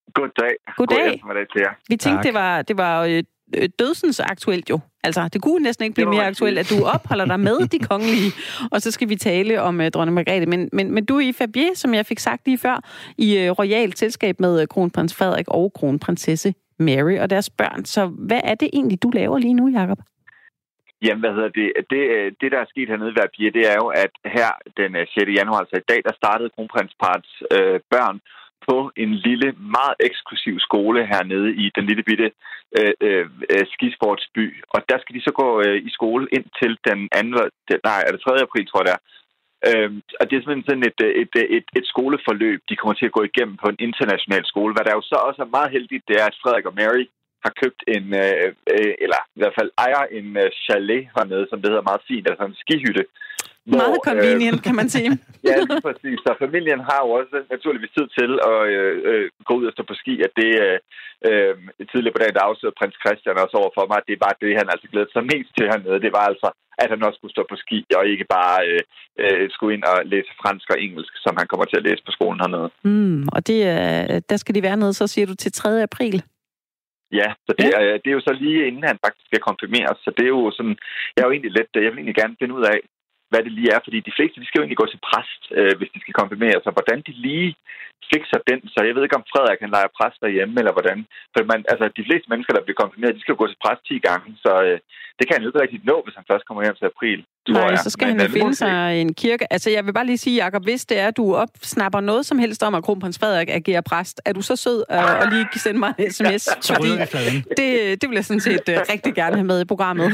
Goddag. Goddag. God eftermiddag til jer. Vi tænkte, Tak. det var, det var øh, dødsens aktuelt jo. Altså, det kunne næsten ikke blive mere aktuelt, at du opholder dig med de kongelige, og så skal vi tale om uh, dronning Margrethe. Men, men, men du er i Fabier, som jeg fik sagt lige før, i uh, royalt selskab med uh, kronprins Frederik og kronprinsesse Mary og deres børn. Så hvad er det egentlig, du laver lige nu, Jacob? Jamen, hvad hedder det? Det, det der er sket hernede i Fabier, det er jo, at her den sjette januar, altså i dag, der startede kronprinsparrets øh, børn på en lille, meget eksklusiv skole hernede i den lille bitte øh, øh, skisportsby. Og der skal de så gå øh, i skole indtil den anden, nej, er det tredje april, tror jeg det er. Øh, og det er simpelthen sådan et, et, et, et skoleforløb, de kommer til at gå igennem på en international skole. Hvad der jo så også er meget heldigt, det er, at Frederik og Mary har købt en, øh, øh, eller i hvert fald ejer en øh, chalet hernede, som det hedder meget fint, altså en skihytte. Hvor, meget convenient, øh, kan man sige. Ja, lige præcis. Så familien har jo også naturligvis tid til at øh, øh, gå ud og stå på ski, at det øh, øh, tidligere på dagen, der afsøgte prins Christian også over for mig, at det var det, han altså glædede sig mest til hernede. Det var altså, at han også skulle stå på ski, og ikke bare øh, øh, skulle ind og læse fransk og engelsk, som han kommer til at læse på skolen hernede. Mm, og det, øh, der skal de være nede, så siger du til tredje april. Ja, så det, ja. Øh, det er jo så lige inden han faktisk skal konfirmeres, så det er jo sådan, jeg er jo egentlig lidt, jeg vil egentlig gerne finde ud af, hvad det lige er, fordi de fleste, de skal jo egentlig gå til præst, øh, hvis de skal konfirmere sig. Hvordan de lige fikser den, så jeg ved ikke, om Frederik han leger præst derhjemme, eller hvordan. For man, altså, de fleste mennesker, der bliver konfirmeret, de skal jo gå til præst ti gange, så øh, det kan han jo ikke rigtig nå, hvis han først kommer hjem til april. Nej, så skal Men, han jo finde sig en kirke. Altså, jeg vil bare lige sige, Jacob, hvis det er, at du opsnapper noget som helst om, at kronprins Frederik agerer præst, er du så sød uh, og lige sende mig en sms? Ja, fordi det, det vil jeg sådan set uh, rigtig gerne have med i programmet.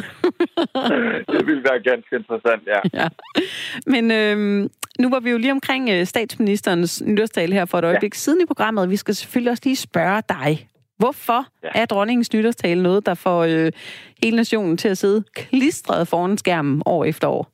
Det ville være ganske interessant, ja. ja. Men øhm, nu var vi jo lige omkring uh, statsministerens nytårstale her for et øjeblik ja. siden i programmet. Vi skal selvfølgelig også lige spørge dig. Hvorfor ja. er dronningens nytårstale noget, der får øh, hele nationen til at sidde klistret foran skærmen år efter år?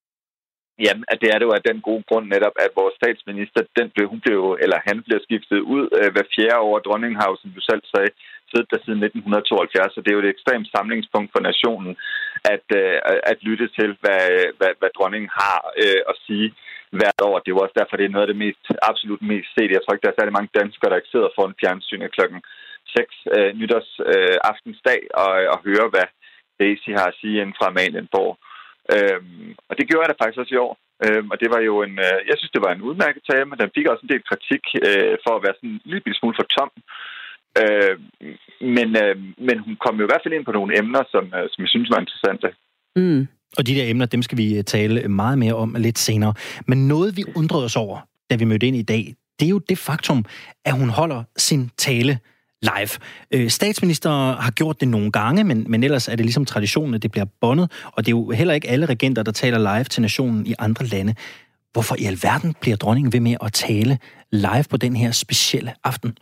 Jamen, det er det jo af den gode grund netop, at vores statsminister, den blev, hun blev, eller han blev skiftet ud øh, hver fjerde år. Dronningen har jo, som du selv sagde, siddet der siden nitten tooghalvfjerds, så det er jo et ekstremt samlingspunkt for nationen at, øh, at lytte til, hvad, hvad, hvad dronningen har øh, at sige hvert år. Det er jo også derfor, det er noget af det mest, absolut mest set. Jeg tror ikke, der er særlig mange danskere, der ikke sidder foran fjernsynet klokken seks øh, nytårs øh, aftensdag og, og høre, hvad Daisy har at sige inden fra Amalienborg. Øhm, og det gjorde jeg da faktisk også i år. Øhm, og det var jo en, øh, jeg synes, det var en udmærket tale, men den fik også en del kritik øh, for at være sådan en lille smule for tom. Øh, men, øh, men hun kom jo i hvert fald ind på nogle emner, som, øh, som jeg synes var interessante. Mm. Og de der emner, dem skal vi tale meget mere om lidt senere. Men noget, vi undrede os over, da vi mødte ind i dag, det er jo det faktum, at hun holder sin tale live. Øh, statsminister har gjort det nogle gange, men, men ellers er det ligesom traditionen, at det bliver båndet, og det er jo heller ikke alle regenter, der taler live til nationen i andre lande. Hvorfor i alverden bliver dronningen ved med at tale live på den her specielle aften?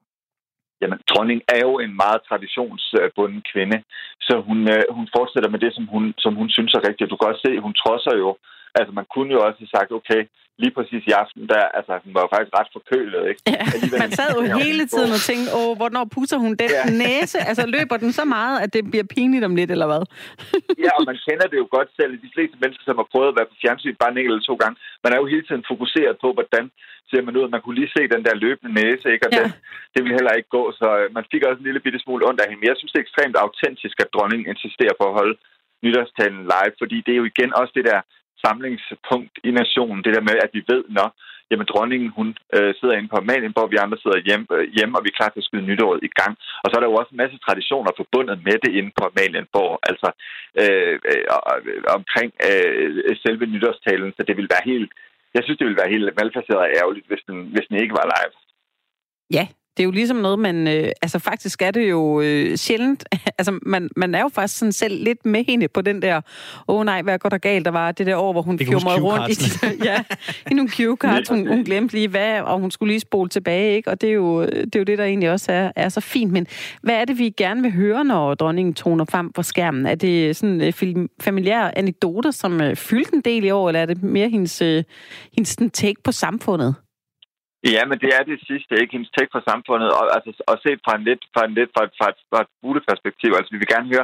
Jamen, dronningen er jo en meget traditionsbunden kvinde, så hun, øh, hun fortsætter med det, som hun, som hun synes er rigtigt. Du kan også se, hun trodser jo. Altså, man kunne jo også have sagt, okay, lige præcis i aften, der, altså, hun var jo faktisk ret forkølet, ikke? Ja, man sad jo hele tiden og tænkte, åh, hvornår pusser hun den ja. næse? Altså, løber den så meget, at det bliver pinligt om lidt, eller hvad? Ja, og man kender det jo godt selv. De fleste mennesker, som har prøvet at være på fjernsyn bare en eller to gange, man er jo hele tiden fokuseret på, hvordan ser man ud. Man kunne lige se den der løbende næse, ikke? Og ja. den, det ville heller ikke gå, så man fik også en lille bitte smule ondt af hende. Men jeg synes, det er ekstremt autentisk, at dronningen insisterer på at holde nytårstalen live, fordi det er jo igen også det der samlingspunkt i nationen, det der med, at vi ved, nå, jamen dronningen, hun øh, sidder inde på Amalienborg, vi andre sidder hjemme, øh, hjem, og vi er klar til at skyde nytåret i gang. Og så er der jo også en masse traditioner forbundet med det inde på Amalienborg, altså øh, øh, omkring øh, selve nytårstalen, så det vil være helt, jeg synes, det ville være helt malplaceret og ærgerligt, hvis den, hvis den ikke var live. Ja. Det er jo ligesom noget, man... Øh, altså faktisk er det jo øh, sjældent... altså man, man er jo faktisk sådan selv lidt med hende på den der... Åh oh, nej, hvad går der galt? Der var det der år, hvor hun fjumrede rundt i, ja, i nogle cue cards. Hun, hun glemte lige hvad, og hun skulle lige spole tilbage, ikke? Og det er jo det, er jo det der egentlig også er, er så fint. Men hvad er det, vi gerne vil høre, når dronningen toner frem på skærmen? Er det sådan øh, familiære anekdoter, som øh, fyldte en del i år, eller er det mere hendes, øh, hendes take på samfundet? Ja, men det er det sidste, ikke? Hendes take for samfundet, og, altså, og set fra en lidt, fra en lidt, fra et, fra et, fra et buleperspektiv. Altså, vi vil gerne høre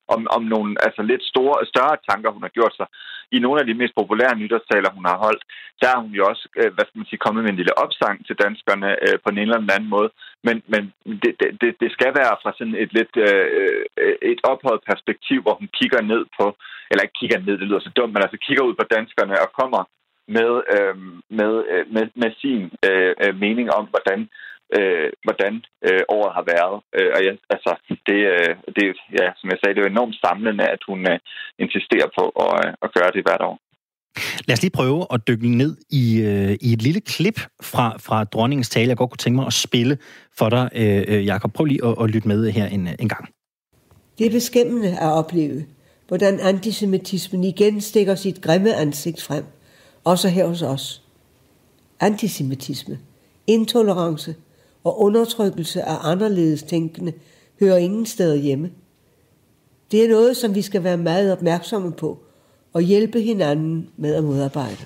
om, om nogle altså lidt store, større tanker, hun har gjort sig. I nogle af de mest populære nytårstaler, hun har holdt, der er hun jo også, hvad skal man sige, kommet med en lille opsang til danskerne øh, på en eller anden måde. Men, men det, det, det skal være fra sådan et lidt øh, et ophøjet perspektiv, hvor hun kigger ned på, eller ikke kigger ned, det lyder så dumt, men altså kigger ud på danskerne og kommer med, øh, med, med, med sin øh, mening om, hvordan Øh, hvordan øh, året har været. Øh, og ja, altså, det, øh, det ja, som jeg sagde, det er jo enormt samlende, at hun øh, insisterer på at, øh, at gøre det hvert år. Lad os lige prøve at dykke ned i, øh, i et lille klip fra, fra dronningens tale. Jeg godt kunne tænke mig at spille for dig, øh, Jakob. Prøv lige at, at lytte med her en, en gang. Det er beskæmmende at opleve, hvordan antisemitismen igen stikker sit grimme ansigt frem. Også her hos os. Antisemitisme, intolerance og undertrykkelse af anderledes tænkende hører ingen steder hjemme. Det er noget, som vi skal være meget opmærksomme på og hjælpe hinanden med at modarbejde.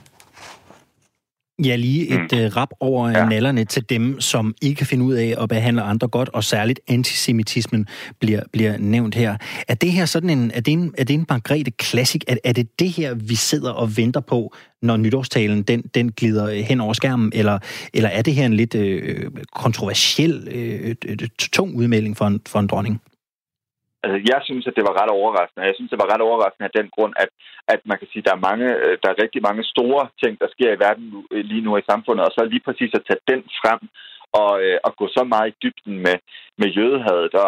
Ja, lige et mm. uh, rap over ja. nallerne til dem, som ikke kan finde ud af at behandle andre godt, og særligt antisemitismen bliver, bliver nævnt her. Er det her sådan en, er det en, er det en Margrethe Classic? Er, er det det her, vi sidder og venter på, når nytårstalen den, den glider hen over skærmen, eller, eller er det her en lidt øh, kontroversiel, øh, tung udmelding for en, for en dronning? Altså, jeg synes, at det var ret overraskende. Jeg synes, det var ret overraskende af den grund, at, at man kan sige, at der er, mange, der er rigtig mange store ting, der sker i verden lige nu i samfundet, og så lige præcis at tage den frem og, og gå så meget i dybden med, med jødehadet og,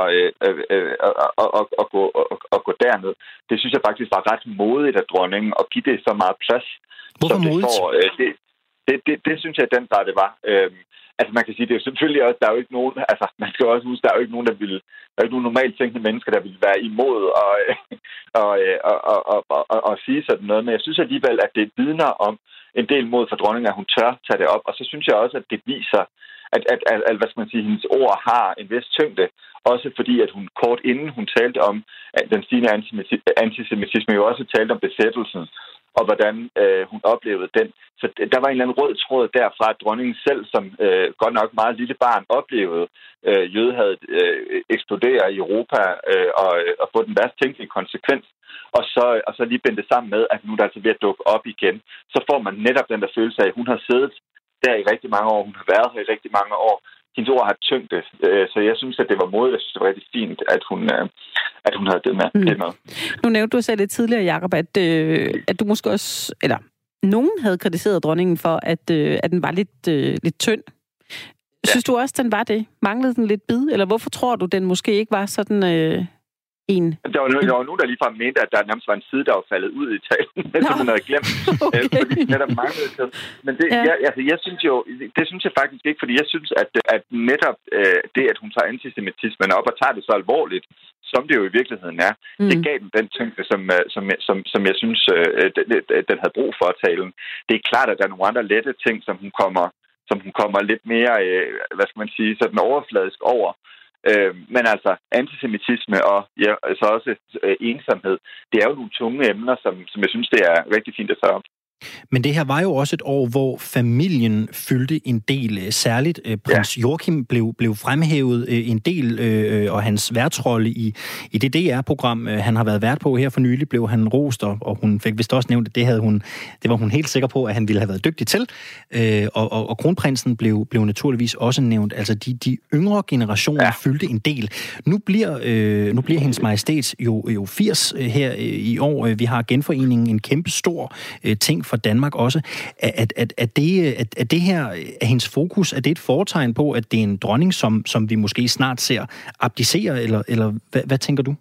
og, og, og, og, gå, og, og gå derned. Det synes jeg faktisk var ret modigt af dronningen at give det så meget plads. Hvorfor modigt? Det, det, det, det synes jeg i den grad, det var. Altså, man kan sige, det er jo selvfølgelig også, der er jo ikke nogen, altså, man skal også huske, der er jo ikke nogen, der vil, der er jo ikke nogen normalt tænkende mennesker, der vil være imod og, og, og, og, og, og, og, og sige sådan noget, men jeg synes alligevel, at det vidner om en del mod for dronningen, at hun tør tage det op, og så synes jeg også, at det viser, at, at, at, at hvad skal man sige, hendes ord har en vis tyngde, også fordi, at hun kort inden hun talte om den stigende antisemitisme, jo også talte om besættelsen, og hvordan øh, hun oplevede den. Så der var en eller anden rød tråd derfra, at dronningen selv, som øh, godt nok meget lille barn, oplevede øh, jødehadet øh, eksplodere i Europa øh, og, og få den værst tænkelige konsekvens. Og så, og så lige binde det sammen med, at nu er der altså ved at dukke op igen. Så får man netop den der følelse af, at hun har siddet der i rigtig mange år, hun har været her i rigtig mange år. Hendes ord har tyngde, så jeg synes, at det var modigt. Jeg synes, det var rigtig fint, at hun, at hun havde det med. Mm. Det med. Nu nævnte du selv lidt tidligere, Jacob, at, øh, at du måske også, eller nogen havde kritiseret dronningen for, at, øh, at den var lidt, øh, lidt tynd. Synes ja. du også, den var det? Manglede den lidt bid? Eller hvorfor tror du, den måske ikke var sådan øh, en? Der var, der var nogen, der ligefrem mente, at der nærmest var en side, der var faldet ud i talen, som hun havde glemt. Okay. Fordi det der manglede til. Men det, ja. jeg, altså, jeg synes jo, det synes jeg faktisk ikke, fordi jeg synes, at, at netop øh, det, at hun tager antisemitismen op og tager det så alvorligt, som det jo i virkeligheden er, mm. det gav den den tyngde, som, som, som, som jeg synes, øh, den, den havde brug for at talen. Det er klart, at der er nogle andre lette ting, som hun kommer, som hun kommer lidt mere, øh, hvad skal man sige, sådan overfladisk over. Øh, men altså, antisemitisme og ja, altså også øh, ensomhed, det er jo nogle tunge emner, som, som jeg synes, det er rigtig fint at tage op. Men det her var jo også et år, hvor familien fyldte en del. Særligt øh, prins ja. Joachim blev, blev fremhævet øh, en del, øh, og hans værtsrolle i, i det D R-program, øh, han har været vært på her for nylig, blev han rost, og, og hun fik vist også nævnt, at det, havde hun, det var hun helt sikker på, at han ville have været dygtig til. Øh, og, og, og kronprinsen blev, blev naturligvis også nævnt. Altså, de, de yngre generationer ja. fyldte en del. Nu bliver, øh, nu bliver hendes majestæt jo, jo firs her øh, i år. Vi har genforeningen, en kæmpe stor øh, ting for Danmark også. At, at, at, det, at, at det her, at hendes fokus, er det et foretegn på, at det er en dronning, som, som vi måske snart ser abdicere, eller, eller hvad, hvad tænker du?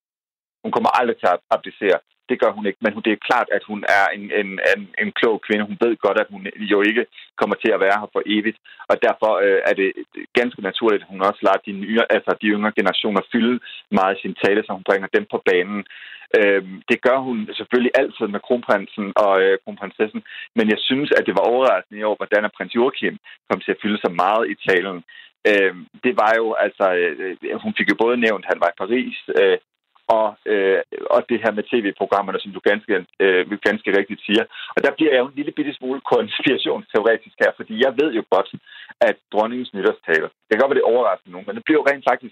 Hun kommer aldrig til at abdicere. Det gør hun ikke, men det er klart, at hun er en, en, en, en klog kvinde. Hun ved godt, at hun jo ikke kommer til at være her for evigt, og derfor øh, er det ganske naturligt, at hun også lader de, nye, altså de yngre generationer fylde meget i sin tale, så hun bringer dem på banen. Øh, det gør hun selvfølgelig altid med kronprinsen og øh, kronprinsessen, men jeg synes, at det var overraskende i år, hvordan prins Joachim kom til at fylde så meget i talen. Øh, det var jo altså, øh, hun fik jo både nævnt, at han var i Paris, øh, Og, øh, og det her med tv-programmerne, som du ganske, øh, ganske rigtigt siger. Og der bliver jeg jo en lille bitte smule konspirationsteoretisk her, fordi jeg ved jo godt, at dronningens nytårstaler, det kan godt være, det overrasker nogen, men det bliver jo rent faktisk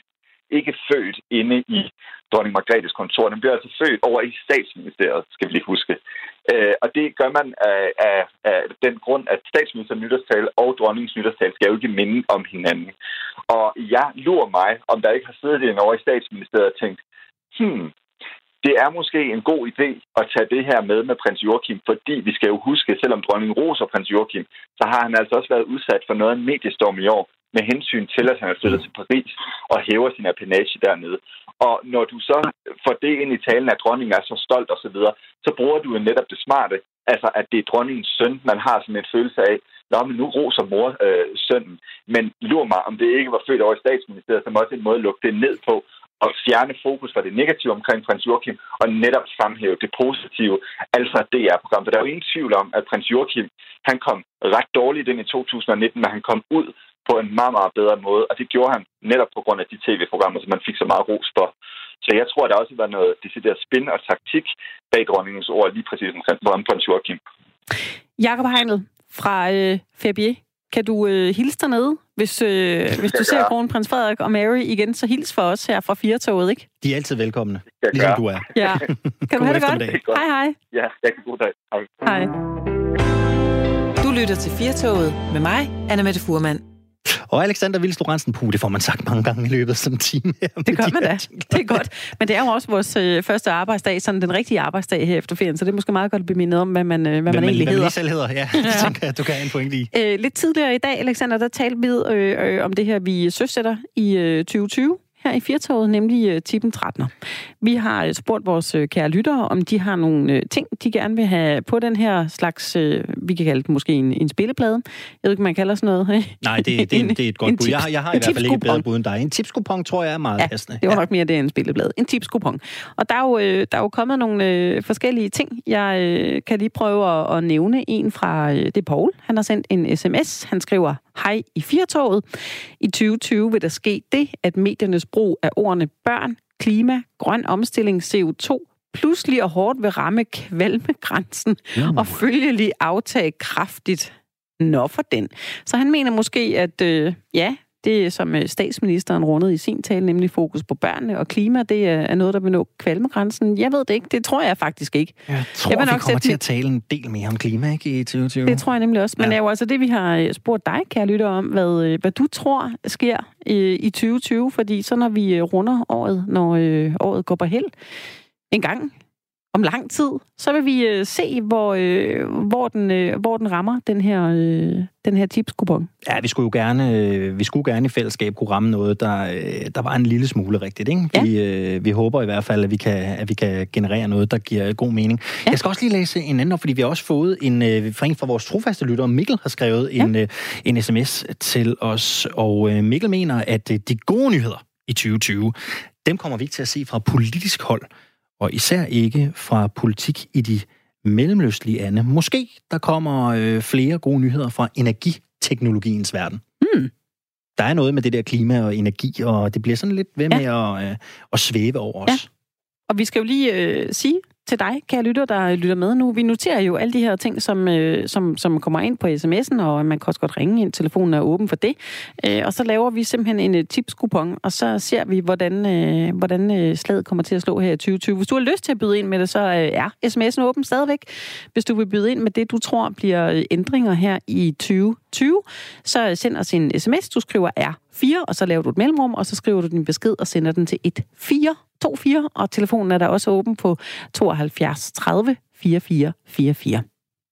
ikke født inde i dronning Margrethes kontor. Den bliver altså født over i statsministeriet, skal vi lige huske. Øh, og det gør man af, af, af den grund, at statsministerens nytårstale og dronningens nytårstale skal jo ikke minde om hinanden. Og jeg lurer mig, om der ikke har siddet en over i statsministeriet og tænkt, hmm, det er måske en god idé at tage det her med med prins Joachim, fordi vi skal jo huske, selvom dronningen roser prins Joachim, så har han altså også været udsat for noget af en mediestorm i år, med hensyn til, at han er flyttet til Paris og hæver sin apanage dernede. Og når du så får det ind i talen, at dronningen er så stolt og så videre, så bruger du jo netop det smarte, altså at det er dronningens søn, man har sådan en følelse af, nå, men nu roser mor øh, sønnen. Men lur mig, om det ikke var født over i statsministeriet, som også en måde at lukke det ned på, og fjerne fokus fra det negative omkring prins Joachim, og netop fremhæve det positive, altså det er program. Der er jo ingen tvivl om, at prins Joachim, han kom ret dårligt ind i to tusind og nitten, men han kom ud på en meget, meget bedre måde, og det gjorde han netop på grund af de tv-programmer, som man fik så meget ros for. Så jeg tror, der også var noget decideret spin og taktik bag dronningens ord, lige præcis om prins Joachim. Jakob Heinl fra øh, Ferbier, kan du øh, hilse dernede, hvis, øh, hvis du ser kronprins Frederik og Mary igen, så hils for os her fra Firtoget, ikke? De er altid velkomne, ligesom du er. Ja. Kan du have det godt? Hej, hej. Ja, jeg kan god dag. Hej. Hej. Du lytter til Firtoget med mig, Anne-Mette Fuhrmann. Og Alexander Vilds Lorentzen, puh, det får man sagt mange gange i løbet af sådan en time. Det gør man da. Det er godt. Men det er jo også vores øh, første arbejdsdag, sådan den rigtige arbejdsdag her efter ferien, så det er måske meget godt at blive mindet om, hvad man, øh, hvad man, man egentlig hvad hedder. Hvad man selv hedder, ja. ja. Det tænker jeg, du kan have en pointe i. Øh, lidt tidligere i dag, Alexander, der talte vi øh, øh, om det her, vi søsætter i øh, tyve tyve. Her i Firtoget, nemlig uh, Tippen trettende. Vi har uh, spurgt vores uh, kære lyttere, om de har nogle uh, ting, de gerne vil have på den her slags, uh, vi kan kalde det måske en, en spilleplade. Jeg ved ikke, man kalder sådan noget. Hey? Nej, det, det, en, det er et godt bud. Jeg har, jeg har i hvert fald ikke et bedre bud end dig. En tipskupon tror jeg er meget ja, passende. det var nok mere det end en spilleplade. En tipskupon. Og der er jo, uh, der er jo kommet nogle uh, forskellige ting. Jeg uh, kan lige prøve at, at nævne en fra, uh, det er Paul. Han har sendt en sms. Han skriver, hej i Firtoget. I tyve tyve vil der ske det, at mediernes brug af ordene børn, klima, grøn omstilling, C O to pludselig og hårdt vil ramme kvalmegrænsen mm. og følgelig aftage kraftigt. Nå for den. Så han mener måske, at øh, ja, det som statsministeren rundede i sin tale, nemlig fokus på børnene og klima, det er noget, der vil nå kvalmegrænsen. Jeg ved det ikke. Det tror jeg faktisk ikke. Jeg tror, jeg vi nok kommer til at tale en del mere om klima, ikke, i tyve tyve. Det tror jeg nemlig også. Men ja. Det er jo altså det, vi har spurgt dig, kære lytter, om, hvad, hvad du tror sker i, i tyve tyve, fordi så når vi runder året, når øh, året går på held en gang om lang tid, så vil vi øh, se, hvor, øh, hvor, den, øh, hvor den rammer, den her, øh, den her tipskupon. Ja, vi skulle jo gerne, øh, vi skulle gerne i fællesskab kunne ramme noget, der, øh, der var en lille smule rigtigt, ikke? Ja. Vi, øh, vi håber i hvert fald, at vi, kan, at vi kan generere noget, der giver god mening. Ja. Jeg skal også lige læse en anden, fordi vi har også fået en, øh, fra en fra vores trofaste lyttere, Mikkel har skrevet ja. en, øh, en sms til os, og øh, Mikkel mener, at øh, de gode nyheder i tyve tyve, dem kommer vi ikke til at se fra politisk hold, og især ikke fra politik i de mellemøstlige lande. Måske der kommer øh, flere gode nyheder fra energiteknologiens verden. Hmm. Der er noget med det der klima og energi, og det bliver sådan lidt ved med ja. at, øh, at svæve over os. Ja. Og vi skal jo lige øh, sige til dig, kære lytter, der lytter med nu. Vi noterer jo alle de her ting, som, øh, som, som kommer ind på sms'en, og man kan også godt ringe ind. Telefonen er åben for det. Øh, og så laver vi simpelthen en tipskupon, og så ser vi, hvordan, øh, hvordan øh, slaget kommer til at slå her i tyve tyve. Hvis du har lyst til at byde ind med det, så øh, er sms'en åben stadigvæk. Hvis du vil byde ind med det, du tror bliver ændringer her i tyve tyve, så send os en sms. Du skriver R fire, og så laver du et mellemrum, og så skriver du din besked og sender den til et fire to fire, og telefonen er der også åben på tooghalvfjerds tredive fireogfyrre fireogfyrre.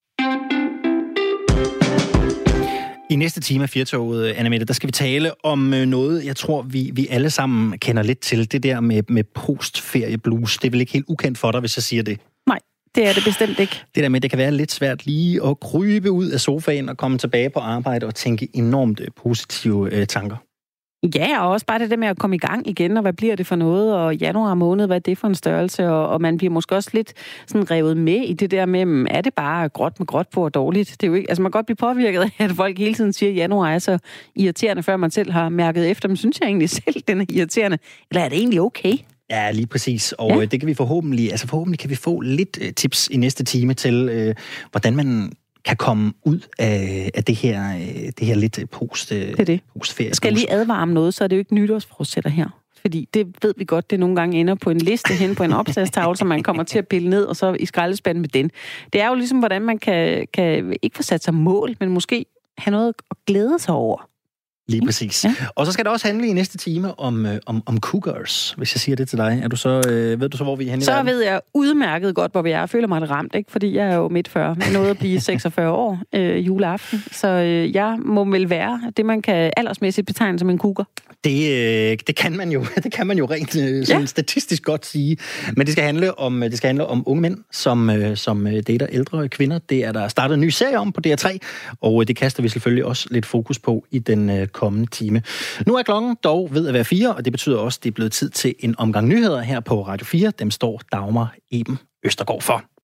I næste time af Firtoget, Anne-Mette, der skal vi tale om noget, jeg tror, vi, vi alle sammen kender lidt til. Det der med, med postferieblues. Det er vel ikke helt ukendt for dig, hvis jeg siger det? Nej, det er det bestemt ikke. Det der med, det kan være lidt svært lige at krybe ud af sofaen og komme tilbage på arbejde og tænke enormt positive øh, tanker. Ja, og også bare det der med at komme i gang igen, og hvad bliver det for noget, og januar måned, hvad er det for en størrelse, og, og man bliver måske også lidt sådan revet med i det der med, er det bare gråt med gråt på og dårligt? Det er jo ikke, altså man kan godt blive påvirket af, at folk hele tiden siger, at januar er så irriterende, før man selv har mærket efter, men synes jeg egentlig selv, den er irriterende, eller er det egentlig okay? Ja, lige præcis, og ja. det kan vi forhåbentlig, altså forhåbentlig kan vi få lidt tips i næste time til, øh, hvordan man kan komme ud af, af det her det her lidt post, det er det. postferie. Skal jeg lige advare om noget, så er det jo ikke nytårsforsætter her. Fordi det ved vi godt, det nogle gange ender på en liste hen på en opslagstavle, som man kommer til at pille ned, og så i skraldespanden med den. Det er jo ligesom, hvordan man kan, kan ikke få sat sig mål, men måske have noget at glæde sig over. Lige præcis. Ja. Og så skal det også handle i næste time om, øh, om, om cougars, hvis jeg siger det til dig. Er du så, øh, ved du så, hvor vi er henne i Så verden? ved jeg udmærket godt, hvor vi er. Jeg føler mig ramt, ikke? Fordi jeg er jo midt fyrre. Jeg nåede at blive seksogfyrre år øh, juleaften. Så øh, jeg må vel være det, man kan aldersmæssigt betegne som en cougar. Det, øh, det, kan man jo, det kan man jo rent øh, sådan ja. statistisk godt sige. Men det skal handle om, det skal handle om unge mænd, som, øh, som dater ældre kvinder. Det er der startet en ny serie om på D R tre, og øh, det kaster vi selvfølgelig også lidt fokus på i den øh, kommende time. Nu er klokken dog ved at være fire, og det betyder også, at det er blevet tid til en omgang nyheder her på Radio fire. Dem står Dagmar Eben Østergaard for.